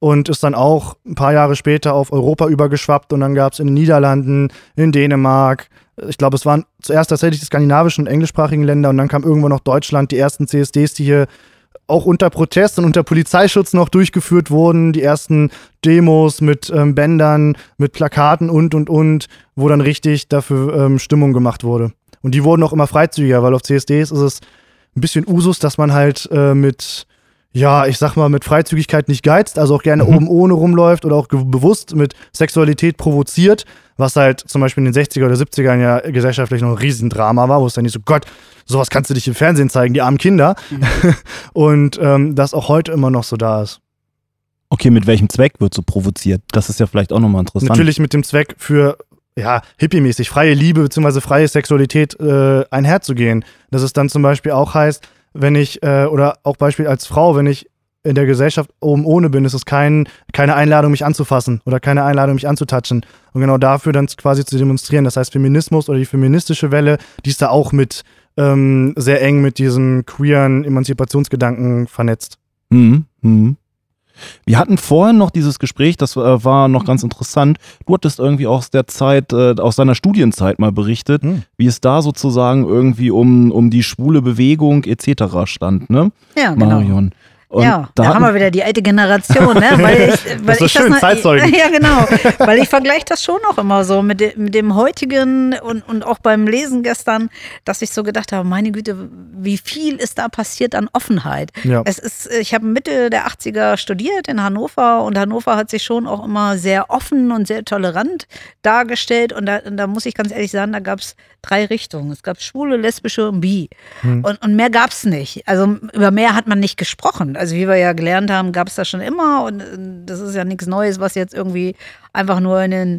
und ist dann auch ein paar Jahre später auf Europa übergeschwappt und dann gab es in den Niederlanden, in Dänemark, ich glaube, es waren zuerst tatsächlich die skandinavischen und englischsprachigen Länder und dann kam irgendwann noch Deutschland, die ersten C S Ds, die hier auch unter Protest und unter Polizeischutz noch durchgeführt wurden, die ersten Demos mit ähm, Bändern, mit Plakaten und, und, und, wo dann richtig dafür ähm, Stimmung gemacht wurde. Und die wurden auch immer freizügiger, weil auf C S Ds ist es ein bisschen Usus, dass man halt äh, mit, ja, ich sag mal, mit Freizügigkeit nicht geizt, also auch gerne mhm. oben ohne rumläuft oder auch ge- bewusst mit Sexualität provoziert, was halt zum Beispiel in den sechziger oder siebzigern ja gesellschaftlich noch ein Riesendrama war, wo es dann nicht so, Gott, sowas kannst du dich im Fernsehen zeigen, die armen Kinder. Mhm. Und ähm, das auch heute immer noch so da ist. Okay, mit welchem Zweck wird so provoziert? Das ist ja vielleicht auch nochmal interessant. Natürlich mit dem Zweck für, ja, hippie-mäßig freie Liebe bzw. freie Sexualität äh, einherzugehen. Dass es dann zum Beispiel auch heißt, wenn ich, äh, oder auch Beispiel als Frau, wenn ich in der Gesellschaft oben ohne bin, ist es kein, keine Einladung, mich anzufassen oder keine Einladung, mich anzutatschen. Und genau dafür dann quasi zu demonstrieren. Das heißt, Feminismus oder die feministische Welle, die ist da auch mit ähm, sehr eng mit diesem queeren Emanzipationsgedanken vernetzt. Mhm. Mhm. Wir hatten vorhin noch dieses Gespräch, das äh, war noch ganz interessant. Du hattest irgendwie aus der Zeit, äh, aus deiner Studienzeit mal berichtet, hm. wie es da sozusagen irgendwie um, um die schwule Bewegung et cetera stand, ne? Ja, genau. Marion. Und ja, da, da haben wir wieder die alte Generation, ne? Weil ich, weil das ist ich schön, das Zeitzeugen. Ja, genau. Weil ich vergleiche das schon auch immer so mit, de, mit dem heutigen und, und auch beim Lesen gestern, dass ich so gedacht habe, meine Güte, wie viel ist da passiert an Offenheit. Ja. Es ist, ich habe Mitte der achtziger studiert in Hannover und Hannover hat sich schon auch immer sehr offen und sehr tolerant dargestellt und da, da muss ich ganz ehrlich sagen, da gab es drei Richtungen. Es gab Schwule, Lesbische und Bi. Hm. Und, und mehr gab es nicht. Also über mehr hat man nicht gesprochen. Also wie wir ja gelernt haben, gab es das schon immer und das ist ja nichts Neues, was jetzt irgendwie einfach nur in den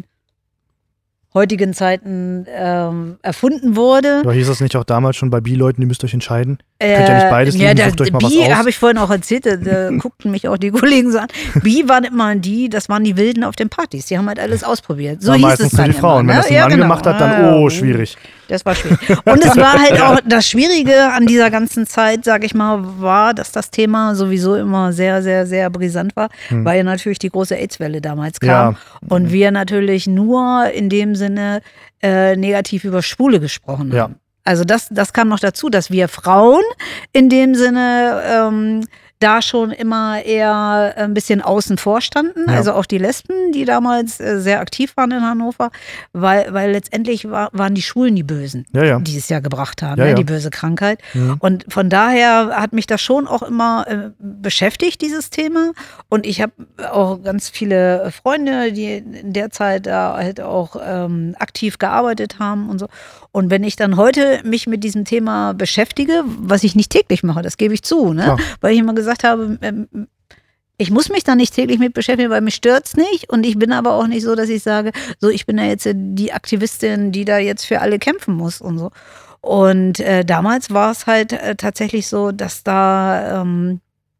heutigen Zeiten ähm, erfunden wurde. Aber hieß das nicht auch damals schon bei Bi-Leuten, ihr müsst euch entscheiden? Äh, Könnt ja nicht beides ja, lieben, sucht euch mal Bi, was aus. habe ich vorhin auch erzählt, da, da guckten mich auch die Kollegen so an. Bi waren immer die, das waren die Wilden auf den Partys, die haben halt alles ausprobiert. So ja, hieß meistens es dann die Frauen. immer, Wenn ne? das ein ja, Mann genau. gemacht hat, dann oh, schwierig. Das war schwierig. Und es war halt auch, das Schwierige an dieser ganzen Zeit, sage ich mal, war, dass das Thema sowieso immer sehr, sehr, sehr brisant war, hm. weil ja natürlich die große AIDS-Welle damals kam. Ja. Und wir natürlich nur in dem Sinne äh, negativ über Schwule gesprochen haben. Ja. Also das, das kam noch dazu, dass wir Frauen in dem Sinne ähm, da schon immer eher ein bisschen außen vor standen, ja. Also auch die Lesben, die damals äh, sehr aktiv waren in Hannover, weil, weil letztendlich war, waren die Schwulen die Bösen, ja, ja. die es ja gebracht haben, ja, ne, ja. die böse Krankheit. Ja. Und von daher hat mich das schon auch immer äh, beschäftigt, dieses Thema. Und ich habe auch ganz viele Freunde, die in der Zeit da halt auch ähm, aktiv gearbeitet haben und so. Und wenn ich dann heute mich mit diesem Thema beschäftige, was ich nicht täglich mache, das gebe ich zu, ne? Ja. Weil ich immer gesagt habe, ähm, ich muss mich da nicht täglich mit beschäftigen, weil mich stört's nicht. Und ich bin aber auch nicht so, dass ich sage, so ich bin da jetzt die Aktivistin, die da jetzt für alle kämpfen muss und so. Und äh, damals war es halt äh, tatsächlich so, dass da ähm,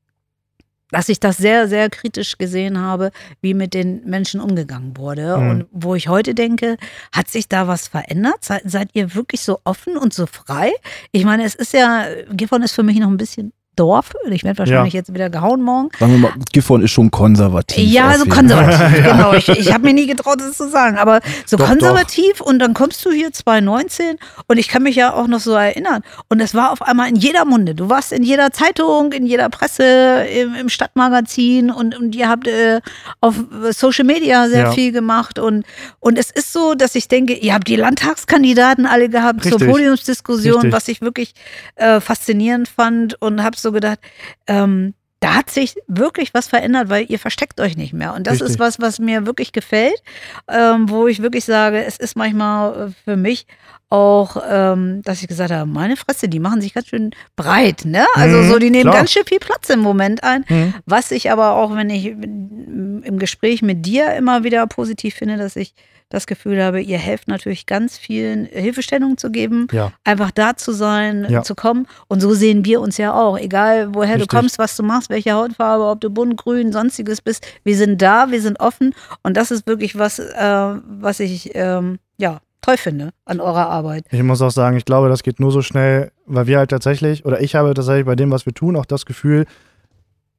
dass ich das sehr, sehr kritisch gesehen habe, wie mit den Menschen umgegangen wurde. Mhm. Und wo ich heute denke, hat sich da was verändert? Seid, seid ihr wirklich so offen und so frei? Ich meine, es ist ja, Gifhorn ist für mich noch ein bisschen Dorf. Ich werde wahrscheinlich ja. jetzt wieder gehauen morgen. Sagen wir mal, Gifhorn ist schon konservativ. Ja, so konservativ, genau. Ich, ich habe mir nie getraut, das zu sagen. Aber so doch, konservativ doch. Und dann kommst du hier zwanzig neunzehn und ich kann mich ja auch noch so erinnern. Und es war auf einmal in jeder Munde. Du warst in jeder Zeitung, in jeder Presse, im, im Stadtmagazin und, und ihr habt äh, auf Social Media sehr ja. viel gemacht. Und, und es ist so, dass ich denke, ihr habt die Landtagskandidaten alle gehabt Richtig. zur Podiumsdiskussion, Richtig. was ich wirklich äh, faszinierend fand und habe so gedacht, ähm, da hat sich wirklich was verändert, weil ihr versteckt euch nicht mehr. Und das Richtig. ist was, was mir wirklich gefällt, ähm, wo ich wirklich sage, es ist manchmal für mich auch, ähm, dass ich gesagt habe, meine Fresse, die machen sich ganz schön breit, ne? Also mhm, so, die nehmen klar. ganz schön viel Platz im Moment ein. Mhm. Was ich aber auch, wenn ich im Gespräch mit dir immer wieder positiv finde, dass ich das Gefühl habe, ihr helft natürlich ganz vielen Hilfestellungen zu geben, ja. einfach da zu sein, ja. zu kommen. Und so sehen wir uns ja auch. Egal, woher Richtig. du kommst, was du machst, welche Hautfarbe, ob du bunt, grün, sonstiges bist. Wir sind da, wir sind offen. Und das ist wirklich was, äh, was ich ähm, ja, toll finde an eurer Arbeit. Ich muss auch sagen, ich glaube, das geht nur so schnell, weil wir halt tatsächlich, oder ich habe tatsächlich bei dem, was wir tun, auch das Gefühl,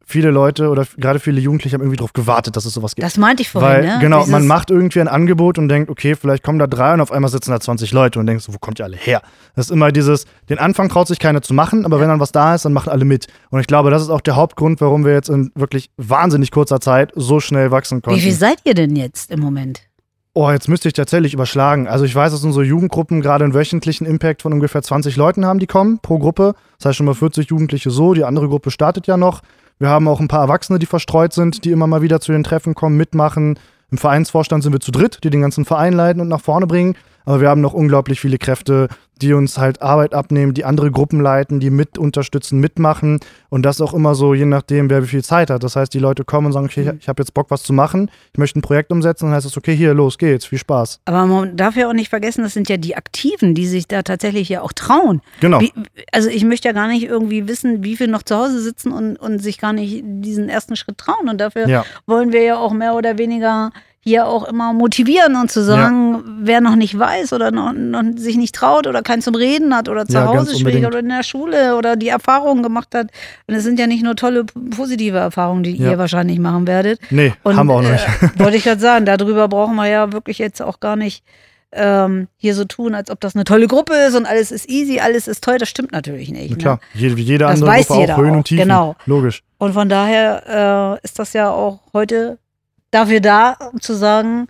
viele Leute oder gerade viele Jugendliche haben irgendwie darauf gewartet, dass es sowas gibt. Das meinte ich vorhin, Weil, ne? genau, Dieses- man macht irgendwie ein Angebot und denkt, okay, vielleicht kommen da drei und auf einmal sitzen da zwanzig Leute und denkst, so, wo kommt ihr alle her? Das ist immer dieses, den Anfang traut sich keiner zu machen, aber wenn dann was da ist, dann machen alle mit. Und ich glaube, das ist auch der Hauptgrund, warum wir jetzt in wirklich wahnsinnig kurzer Zeit so schnell wachsen konnten. Wie viel seid ihr denn jetzt im Moment? Oh, jetzt müsste ich tatsächlich überschlagen. Also ich weiß, dass unsere Jugendgruppen gerade einen wöchentlichen Impact von ungefähr zwanzig Leuten haben, die kommen pro Gruppe. Das heißt schon mal vierzig Jugendliche so. Die andere Gruppe startet ja noch. Wir haben auch ein paar Erwachsene, die verstreut sind, die immer mal wieder zu den Treffen kommen, mitmachen. Im Vereinsvorstand sind wir zu dritt, die den ganzen Verein leiten und nach vorne bringen. Aber wir haben noch unglaublich viele Kräfte, die uns halt Arbeit abnehmen, die andere Gruppen leiten, die mit unterstützen, mitmachen. Und das auch immer so, je nachdem, wer wie viel Zeit hat. Das heißt, die Leute kommen und sagen, okay, ich habe jetzt Bock, was zu machen. Ich möchte ein Projekt umsetzen. Dann heißt es, okay, hier, los geht's, viel Spaß. Aber man darf ja auch nicht vergessen, das sind ja die Aktiven, die sich da tatsächlich ja auch trauen. Genau. Wie, also ich möchte ja gar nicht irgendwie wissen, wie viele noch zu Hause sitzen und, und sich gar nicht diesen ersten Schritt trauen. Und dafür Ja. wollen wir ja auch mehr oder weniger hier auch immer motivieren und zu sagen, ja. wer noch nicht weiß oder noch, noch sich nicht traut oder keinen zum Reden hat oder zu Ja, Hause ganz schwierig unbedingt. oder in der Schule oder die Erfahrungen gemacht hat. Und es sind ja nicht nur tolle positive Erfahrungen, die Ja. ihr wahrscheinlich machen werdet. Nee, Und, haben wir auch noch nicht. Äh, wollte ich gerade sagen, darüber brauchen wir ja wirklich jetzt auch gar nicht ähm, hier so tun, als ob das eine tolle Gruppe ist und alles ist easy, alles ist toll. Das stimmt natürlich nicht. Ne? Klar, jede, wie jede Das andere weiß Gruppe jeder auch Höhen auch, und Tiefen. genau. Logisch. Und von daher äh, ist das ja auch heute dafür da, um zu sagen,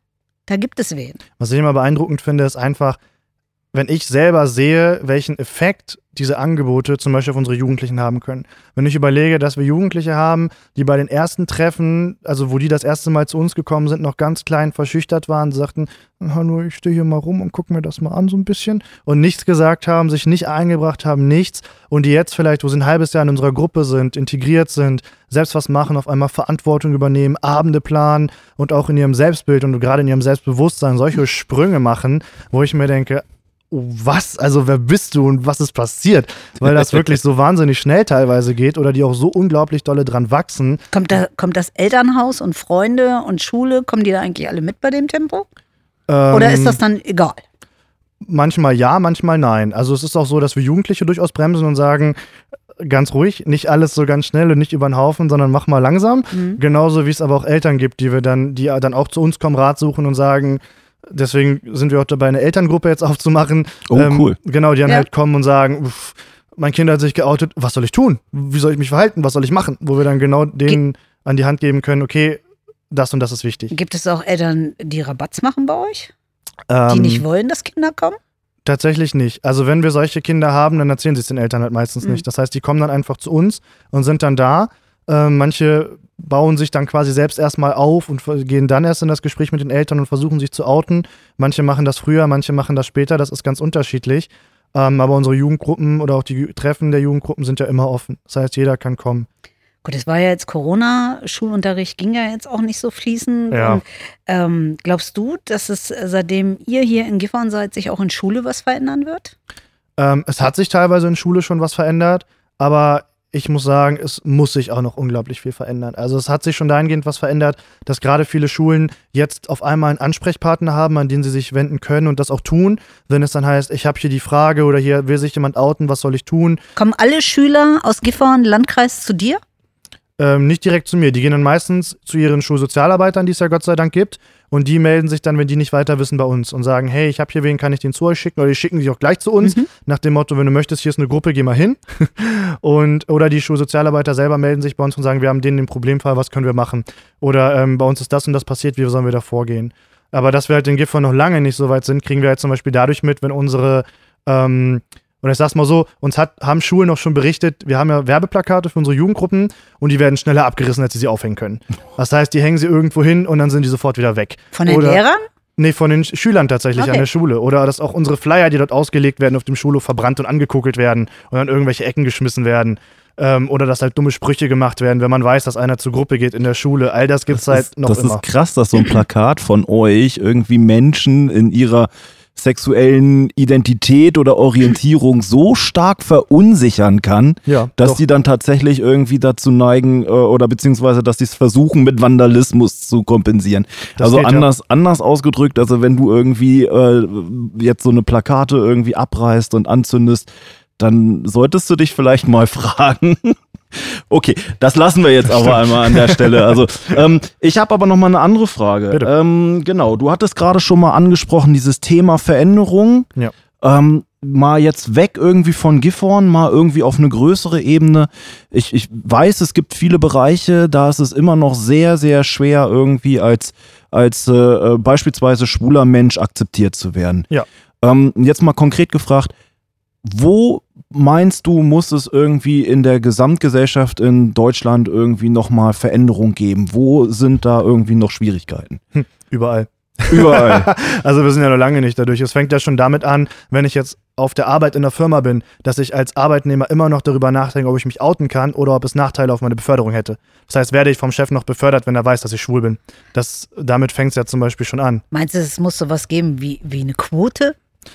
da gibt es wen. Was ich immer beeindruckend finde, ist einfach, wenn ich selber sehe, welchen Effekt diese Angebote zum Beispiel auf unsere Jugendlichen haben können. Wenn ich überlege, dass wir Jugendliche haben, die bei den ersten Treffen, also wo die das erste Mal zu uns gekommen sind, noch ganz klein verschüchtert waren, sagten, hallo, ich stehe hier mal rum und guck mir das mal an so ein bisschen und nichts gesagt haben, sich nicht eingebracht haben, nichts und die jetzt vielleicht, wo sie ein halbes Jahr in unserer Gruppe sind, integriert sind, selbst was machen, auf einmal Verantwortung übernehmen, Abende planen und auch in ihrem Selbstbild und gerade in ihrem Selbstbewusstsein solche Sprünge machen, wo ich mir denke, oh, was? Also wer bist du und was ist passiert? Weil das wirklich so wahnsinnig schnell teilweise geht oder die auch so unglaublich dolle dran wachsen. Kommt, da, kommt das Elternhaus und Freunde und Schule, kommen die da eigentlich alle mit bei dem Tempo? Ähm, Oder ist das dann egal? Manchmal ja, manchmal nein. Also es ist auch so, dass wir Jugendliche durchaus bremsen und sagen, ganz ruhig, nicht alles so ganz schnell und nicht über den Haufen, sondern mach mal langsam. Mhm. Genauso wie es aber auch Eltern gibt, die wir dann, die dann auch zu uns kommen, Rat suchen und sagen, deswegen sind wir auch dabei, eine Elterngruppe jetzt aufzumachen. Oh, cool. Genau, die dann Ja. halt kommen und sagen, uff, mein Kind hat sich geoutet, was soll ich tun? Wie soll ich mich verhalten? Was soll ich machen? Wo wir dann genau denen an die Hand geben können, okay, das und das ist wichtig. Gibt es auch Eltern, die Rabatz machen bei euch? Die Ähm, nicht wollen, dass Kinder kommen? Tatsächlich nicht. Also wenn wir solche Kinder haben, dann erzählen sie es den Eltern halt meistens Mhm. nicht. Das heißt, die kommen dann einfach zu uns und sind dann da. Ähm, manche bauen sich dann quasi selbst erstmal auf und gehen dann erst in das Gespräch mit den Eltern und versuchen sich zu outen. Manche machen das früher, manche machen das später. Das ist ganz unterschiedlich. Ähm, aber unsere Jugendgruppen oder auch die Treffen der Jugendgruppen sind ja immer offen. Das heißt, jeder kann kommen. Gut, es war ja jetzt Corona, Schulunterricht ging ja jetzt auch nicht so fließend. Ja. Und, ähm, glaubst du, dass es, äh, seitdem ihr hier in Gifhorn seid, sich auch in Schule was verändern wird? Ähm, es hat sich teilweise in Schule schon was verändert, aber ich muss sagen, es muss sich auch noch unglaublich viel verändern. Also es hat sich schon dahingehend was verändert, dass gerade viele Schulen jetzt auf einmal einen Ansprechpartner haben, an den sie sich wenden können und das auch tun. Wenn es dann heißt, ich habe hier die Frage oder hier will sich jemand outen, was soll ich tun? Kommen alle Schüler aus Gifhorn, Landkreis, zu dir? Ähm, nicht direkt zu mir. Die gehen dann meistens zu ihren Schulsozialarbeitern, die es ja Gott sei Dank gibt. Und die melden sich dann, wenn die nicht weiter wissen, bei uns und sagen, hey, ich habe hier wen, kann ich den zu euch schicken? Oder die schicken sich auch gleich zu uns, Mhm. nach dem Motto, wenn du möchtest, hier ist eine Gruppe, geh mal hin. und, oder die Schulsozialarbeiter selber melden sich bei uns und sagen, wir haben denen den Problemfall, was können wir machen? Oder ähm, bei uns ist das und das passiert, wie sollen wir da vorgehen? Aber dass wir halt in Gifhorn noch lange nicht so weit sind, kriegen wir halt zum Beispiel dadurch mit, wenn unsere ähm, Und ich sag's mal so, uns hat, haben Schulen auch schon berichtet, wir haben ja Werbeplakate für unsere Jugendgruppen und die werden schneller abgerissen, als sie sie aufhängen können. Das heißt, die hängen sie irgendwo hin und dann sind die sofort wieder weg. Von den Oder, Lehrern? Nee, von den Schülern tatsächlich Okay. an der Schule. Oder dass auch unsere Flyer, die dort ausgelegt werden, auf dem Schulhof verbrannt und angekokelt werden und an irgendwelche Ecken geschmissen werden. Ähm, oder dass halt dumme Sprüche gemacht werden, wenn man weiß, dass einer zur Gruppe geht in der Schule. All das gibt's Das halt ist, noch das immer. ist krass, dass so ein Plakat von euch irgendwie Menschen in ihrer sexuellen Identität oder Orientierung so stark verunsichern kann, ja, dass doch. die dann tatsächlich irgendwie dazu neigen äh, oder beziehungsweise, dass sie es versuchen, mit Vandalismus zu kompensieren. Das also geht, ja. anders, anders ausgedrückt, also wenn du irgendwie äh, jetzt so eine Plakate irgendwie abreißt und anzündest, dann solltest du dich vielleicht mal fragen, Okay, das lassen wir jetzt aber einmal an der Stelle. Also ähm, ich habe aber noch mal eine andere Frage. Bitte. Ähm, genau, du hattest gerade schon mal angesprochen, dieses Thema Veränderung. Ja. Ähm, mal jetzt weg irgendwie von Gifhorn, mal irgendwie auf eine größere Ebene. Ich, ich weiß, es gibt viele Bereiche, da ist es immer noch sehr, sehr schwer irgendwie als, als äh, beispielsweise schwuler Mensch akzeptiert zu werden. Ja. Ähm, jetzt mal konkret gefragt, wo meinst du, muss es irgendwie in der Gesamtgesellschaft in Deutschland irgendwie nochmal Veränderung geben? Wo sind da irgendwie noch Schwierigkeiten? Hm, überall. Überall. Also wir sind ja noch lange nicht dadurch. Es fängt ja schon damit an, wenn ich jetzt auf der Arbeit in der Firma bin, dass ich als Arbeitnehmer immer noch darüber nachdenke, ob ich mich outen kann oder ob es Nachteile auf meine Beförderung hätte. Das heißt, werde ich vom Chef noch befördert, wenn er weiß, dass ich schwul bin. Das, damit fängt es ja zum Beispiel schon an. Meinst du, es muss sowas geben wie, wie eine Quote?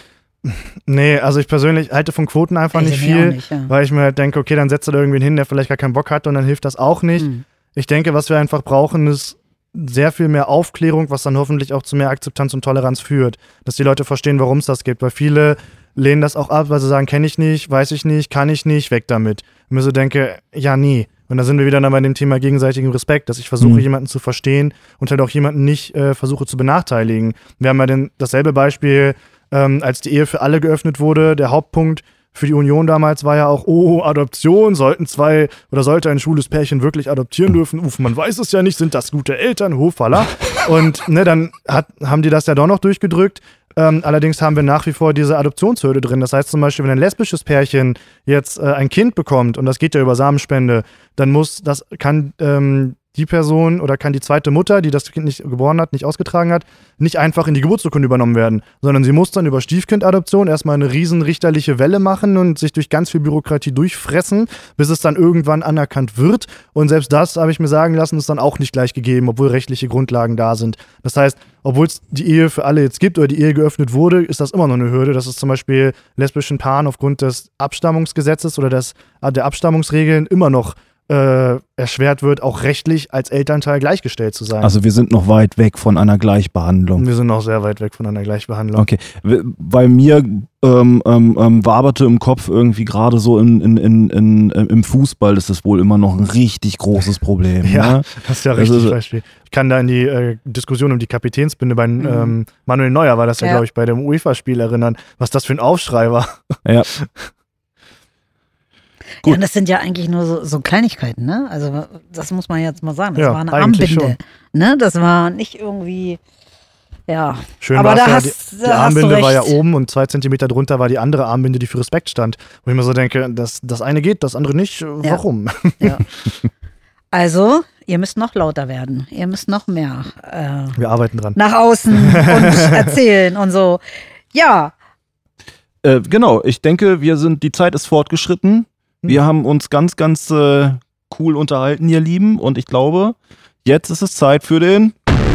Nee, also ich persönlich halte von Quoten einfach Also nicht mir auch viel, nicht, ja. weil ich mir halt denke, okay, dann setzt du da irgendwen hin, der vielleicht gar keinen Bock hat und dann hilft das auch nicht. Hm. Ich denke, was wir einfach brauchen, ist sehr viel mehr Aufklärung, was dann hoffentlich auch zu mehr Akzeptanz und Toleranz führt. Dass die Leute verstehen, warum es das gibt, weil viele lehnen das auch ab, weil sie sagen, kenne ich nicht, weiß ich nicht, kann ich nicht, weg damit. Und mir so denke, ja, nie. Und da sind wir wieder dann bei dem Thema gegenseitigen Respekt, dass ich versuche, Mhm. jemanden zu verstehen und halt auch jemanden nicht äh, versuche zu benachteiligen. Wir haben ja den, dasselbe Beispiel, ähm, als die Ehe für alle geöffnet wurde. Der Hauptpunkt für die Union damals war ja auch, oh, Adoption, sollten zwei oder sollte ein schwules Pärchen wirklich adoptieren dürfen? Uff, man weiß es ja nicht, sind das gute Eltern? Hofala. Und ne, dann hat, haben die das ja doch noch durchgedrückt. Ähm, allerdings haben wir nach wie vor diese Adoptionshürde drin. Das heißt zum Beispiel, wenn ein lesbisches Pärchen jetzt äh, ein Kind bekommt, und das geht ja über Samenspende, dann muss, das kann ähm, die Person oder kann die zweite Mutter, die das Kind nicht geboren hat, nicht ausgetragen hat, nicht einfach in die Geburtsurkunde übernommen werden, sondern sie muss dann über Stiefkindadoption erstmal eine riesen richterliche Welle machen und sich durch ganz viel Bürokratie durchfressen, bis es dann irgendwann anerkannt wird. Und selbst das, habe ich mir sagen lassen, ist dann auch nicht gleich gegeben, obwohl rechtliche Grundlagen da sind. Das heißt, obwohl es die Ehe für alle jetzt gibt oder die Ehe geöffnet wurde, ist das immer noch eine Hürde, dass es zum Beispiel lesbischen Paaren aufgrund des Abstammungsgesetzes oder des, der Abstammungsregeln immer noch Äh, erschwert wird, auch rechtlich als Elternteil gleichgestellt zu sein. Also wir sind noch weit weg von einer Gleichbehandlung. Wir sind noch sehr weit weg von einer Gleichbehandlung. Okay, bei mir ähm, ähm, ähm, waberte im Kopf irgendwie gerade so in, in, in, in, im Fußball ist das wohl immer noch ein richtig großes Problem. Ja, ne? das ist ja Das richtig ist- Beispiel. Ich kann da in die äh, Diskussion um die Kapitänsbinde bei Mhm. ähm, Manuel Neuer war das ja, Ja. glaube ich, bei dem UEFA-Spiel erinnern, was das für ein Aufschrei war. Ja. Gut. Ja, und das sind ja eigentlich nur so, so Kleinigkeiten, ne? Also das muss man jetzt mal sagen. Das Ja, war eine eigentlich Armbinde. Ne? Das war nicht irgendwie, ja. Schön Aber war es da ja, hast- die, da die hast Armbinde du war ja recht. oben und zwei Zentimeter drunter war die andere Armbinde, die für Respekt stand. Wo ich mir so denke, das, das eine geht, das andere nicht. äh, Ja. Warum? Ja. Also, ihr müsst noch lauter werden. Ihr müsst noch mehr äh, Wir arbeiten dran. nach außen und erzählen und so. Ja, Äh, genau, ich denke, wir sind, die Zeit ist fortgeschritten. Wir Hm. haben uns ganz, ganz äh, cool unterhalten, ihr Lieben. Und ich glaube, jetzt ist es Zeit für den.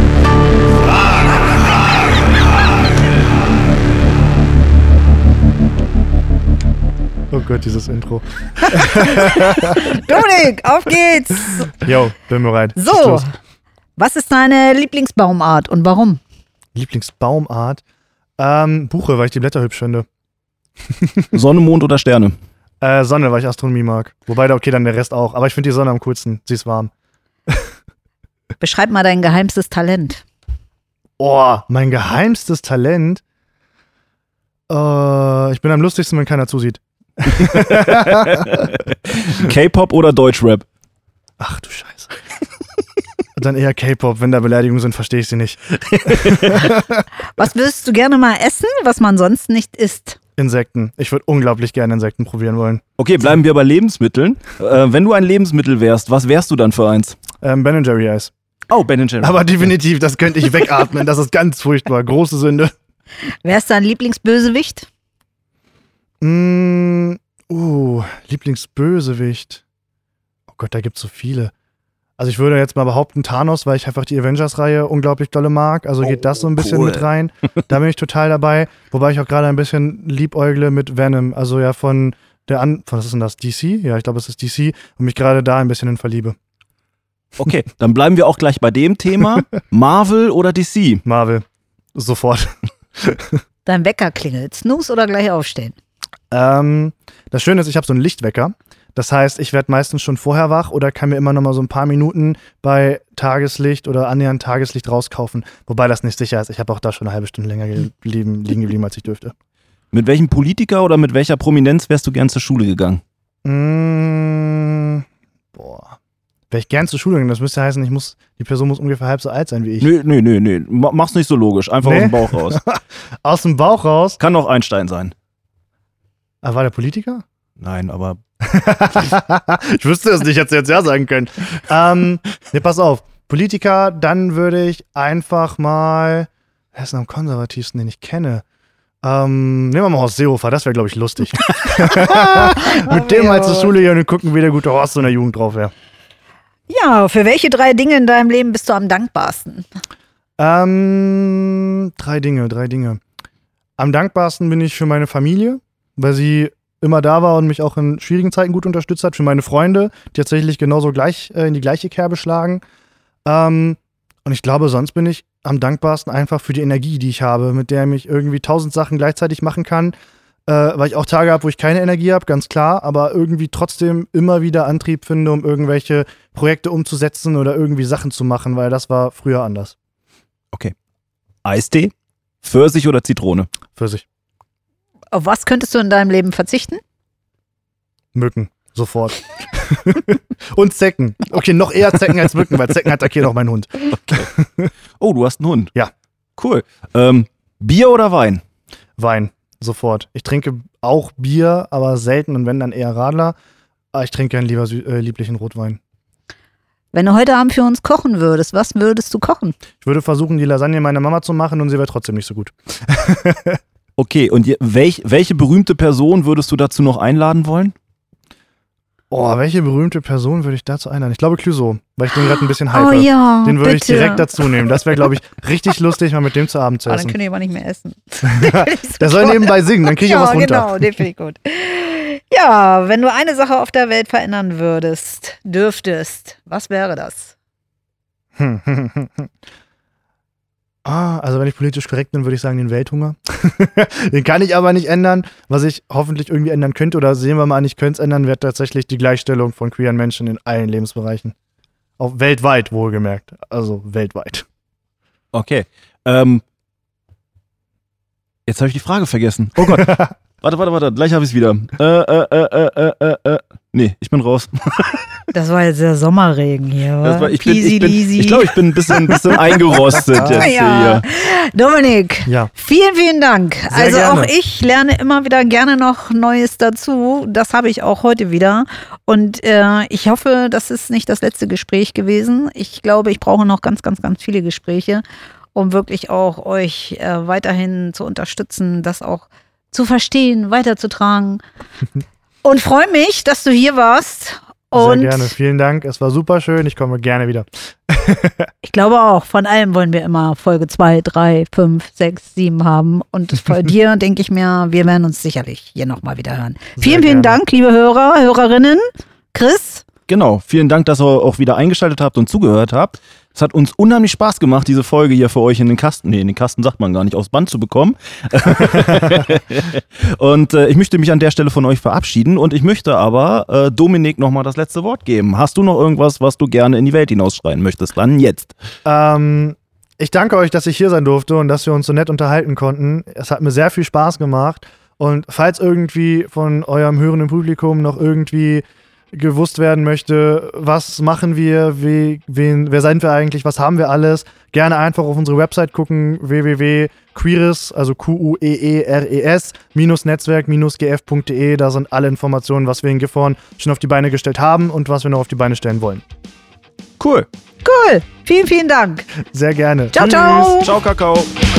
Oh Gott, dieses Intro. Dominik, auf geht's. Jo, bin bereit. Schieß So, los. was ist deine Lieblingsbaumart und warum? Lieblingsbaumart? Ähm, Buche, weil ich die Blätter hübsch finde. Sonne, Mond oder Sterne? Äh, Sonne, weil ich Astronomie mag. Wobei, da okay, dann der Rest auch. Aber ich finde die Sonne am coolsten. Sie ist warm. Beschreib mal dein geheimstes Talent. Oh, mein geheimstes Talent? Äh, ich bin am lustigsten, wenn keiner zusieht. K-Pop oder Deutschrap? Ach du Scheiße. Dann eher K-Pop. Wenn da Beleidigungen sind, verstehe ich sie nicht. Was würdest du gerne mal essen, was man sonst nicht isst? Insekten. Ich würde unglaublich gerne Insekten probieren wollen. Okay, bleiben wir bei Lebensmitteln. Äh, wenn du ein Lebensmittel wärst, was wärst du dann für eins? Ähm, Ben and Jerry Eis. Oh, Ben and Jerry. Aber definitiv, das könnte ich wegatmen. Das ist ganz furchtbar. Große Sünde. Wer ist dein Lieblingsbösewicht? Mm, uh, Lieblingsbösewicht. Oh Gott, da gibt's so viele. Also ich würde jetzt mal behaupten Thanos, weil ich einfach die Avengers-Reihe unglaublich dolle mag. Also geht das so ein bisschen cool. mit rein. Da bin ich total dabei. Wobei ich auch gerade ein bisschen liebäugle mit Venom. Also ja von der An... Was ist denn das? D C? Ja, ich glaube, es ist D C. Und mich gerade da ein bisschen in verliebe. Okay, dann bleiben wir auch gleich bei dem Thema. Marvel oder D C? Marvel. Sofort. Dein Wecker klingelt. Snooze oder gleich aufstehen? Ähm, das Schöne ist, ich habe so einen Lichtwecker. Das heißt, ich werde meistens schon vorher wach oder kann mir immer noch mal so ein paar Minuten bei Tageslicht oder annähernd Tageslicht rauskaufen. Wobei das nicht sicher ist. Ich habe auch da schon eine halbe Stunde länger geblieben, liegen geblieben, als ich dürfte. Mit welchem Politiker oder mit welcher Prominenz wärst du gern zur Schule gegangen? Mmh, boah. Wäre ich gern zur Schule gegangen. Das müsste heißen, ich muss, die Person muss ungefähr halb so alt sein wie ich. Nö, nö, nö, nö. Mach's nicht so logisch. Einfach Nee? aus dem Bauch raus. Aus dem Bauch raus? Kann auch Einstein sein. Ah, war der Politiker? Nein, aber Ich wüsste es nicht, hätte jetzt ja sagen können. Ähm, ne, pass auf. Politiker, dann würde ich einfach mal, wer ist denn am konservativsten, den ich kenne? Ähm, nehmen wir mal Horst Seehofer, das wäre, glaube ich, lustig. Mit dem mal zur Schule gehen und gucken, wie der gute Horst in der Jugend drauf wäre. Ja, für welche drei Dinge in deinem Leben bist du am dankbarsten? Ähm, drei Dinge, drei Dinge. Am dankbarsten bin ich für meine Familie, weil sie immer da war und mich auch in schwierigen Zeiten gut unterstützt hat. Für meine Freunde, die tatsächlich genauso gleich äh, in die gleiche Kerbe schlagen. Ähm, und ich glaube, sonst bin ich am dankbarsten einfach für die Energie, die ich habe, mit der ich irgendwie tausend Sachen gleichzeitig machen kann. Äh, weil ich auch Tage habe, wo ich keine Energie habe, ganz klar, aber irgendwie trotzdem immer wieder Antrieb finde, um irgendwelche Projekte umzusetzen oder irgendwie Sachen zu machen, weil das war früher anders. okay. Eistee, Pfirsich oder Zitrone? Pfirsich. Auf was könntest du in deinem Leben verzichten? Mücken. Sofort. Und Zecken. Okay, noch eher Zecken als Mücken, weil Zecken attackieren auch meinen Hund. Oh, du hast einen Hund. Ja. Cool. Ähm, Bier oder Wein? Wein. Sofort. Ich trinke auch Bier, aber selten und wenn dann eher Radler. Aber ich trinke gern lieber sü- äh, lieblichen Rotwein. Wenn du heute Abend für uns kochen würdest, was würdest du kochen? Ich würde versuchen, die Lasagne meiner Mama zu machen und sie wäre trotzdem nicht so gut. Okay, und je, welch, welche berühmte Person würdest du dazu noch einladen wollen? Oh, welche berühmte Person würde ich dazu einladen? Ich glaube Clouseau, weil ich den gerade ein bisschen hype. Oh ja, Den würde ich bitte. direkt dazu nehmen. Das wäre, glaube ich, richtig lustig, mal mit dem zu Abend zu Ah, dann essen. können die aber nicht mehr essen. Der soll nebenbei singen, dann kriege ich ja, auch was runter. genau, den finde ich gut. Ja, wenn du eine Sache auf der Welt verändern würdest, dürftest, was wäre das? Ah, also wenn ich politisch korrekt bin, würde ich sagen den Welthunger. Den kann ich aber nicht ändern. Was ich hoffentlich irgendwie ändern könnte, oder sehen wir mal an, ich könnte es ändern, wäre tatsächlich die Gleichstellung von queeren Menschen in allen Lebensbereichen. Auch weltweit, wohlgemerkt. Also weltweit. Okay. Ähm, jetzt habe ich die Frage vergessen. Oh Gott. Warte, warte, warte. Gleich habe ich es wieder. Äh, äh, äh, äh, äh, äh. Nee, ich bin raus. Das war jetzt der Sommerregen hier. Das war, ich bin, Peasy, ich bin, leasy. ich glaube, ich bin ein bisschen, ein bisschen eingerostet jetzt ja. hier. Dominik, Ja. vielen, vielen Dank. Sehr also gerne. auch ich lerne immer wieder gerne noch Neues dazu. Das habe ich auch heute wieder. Und äh, ich hoffe, das ist nicht das letzte Gespräch gewesen. Ich glaube, ich brauche noch ganz, ganz, ganz viele Gespräche, um wirklich auch euch äh, weiterhin zu unterstützen, das auch zu verstehen, weiterzutragen. Und freue mich, dass du hier warst. Und Sehr gerne. Vielen Dank. Es war super schön. Ich komme gerne wieder. ich glaube auch, von allem wollen wir immer Folge zwei, drei, fünf, sechs, sieben haben. Und bei dir denke ich mir, wir werden uns sicherlich hier nochmal wieder hören. Sehr Vielen, vielen gerne. Dank, liebe Hörer, Hörerinnen. Chris? Genau. Vielen Dank, dass ihr auch wieder eingeschaltet habt und zugehört habt. Es hat uns unheimlich Spaß gemacht, diese Folge hier für euch in den Kasten, nee, in den Kasten sagt man gar nicht, aufs Band zu bekommen. Und äh, ich möchte mich an der Stelle von euch verabschieden und ich möchte aber äh, Dominik nochmal das letzte Wort geben. Hast du noch irgendwas, was du gerne in die Welt hinausschreien möchtest? Dann jetzt. Ähm, ich danke euch, dass ich hier sein durfte und dass wir uns so nett unterhalten konnten. Es hat mir sehr viel Spaß gemacht. Und falls irgendwie von eurem hörenden Publikum noch irgendwie gewusst werden möchte, was machen wir, wie, wen, wer sind wir eigentlich, was haben wir alles, gerne einfach auf unsere Website gucken, w w w punkt queeres, also Q U E E R E S, minus Netzwerk, minus G F punkt de, da sind alle Informationen, was wir in Gifhorn schon auf die Beine gestellt haben und was wir noch auf die Beine stellen wollen. Cool. Cool. Vielen, vielen Dank. Sehr gerne. Ciao, ciao. Ciao, Kakao.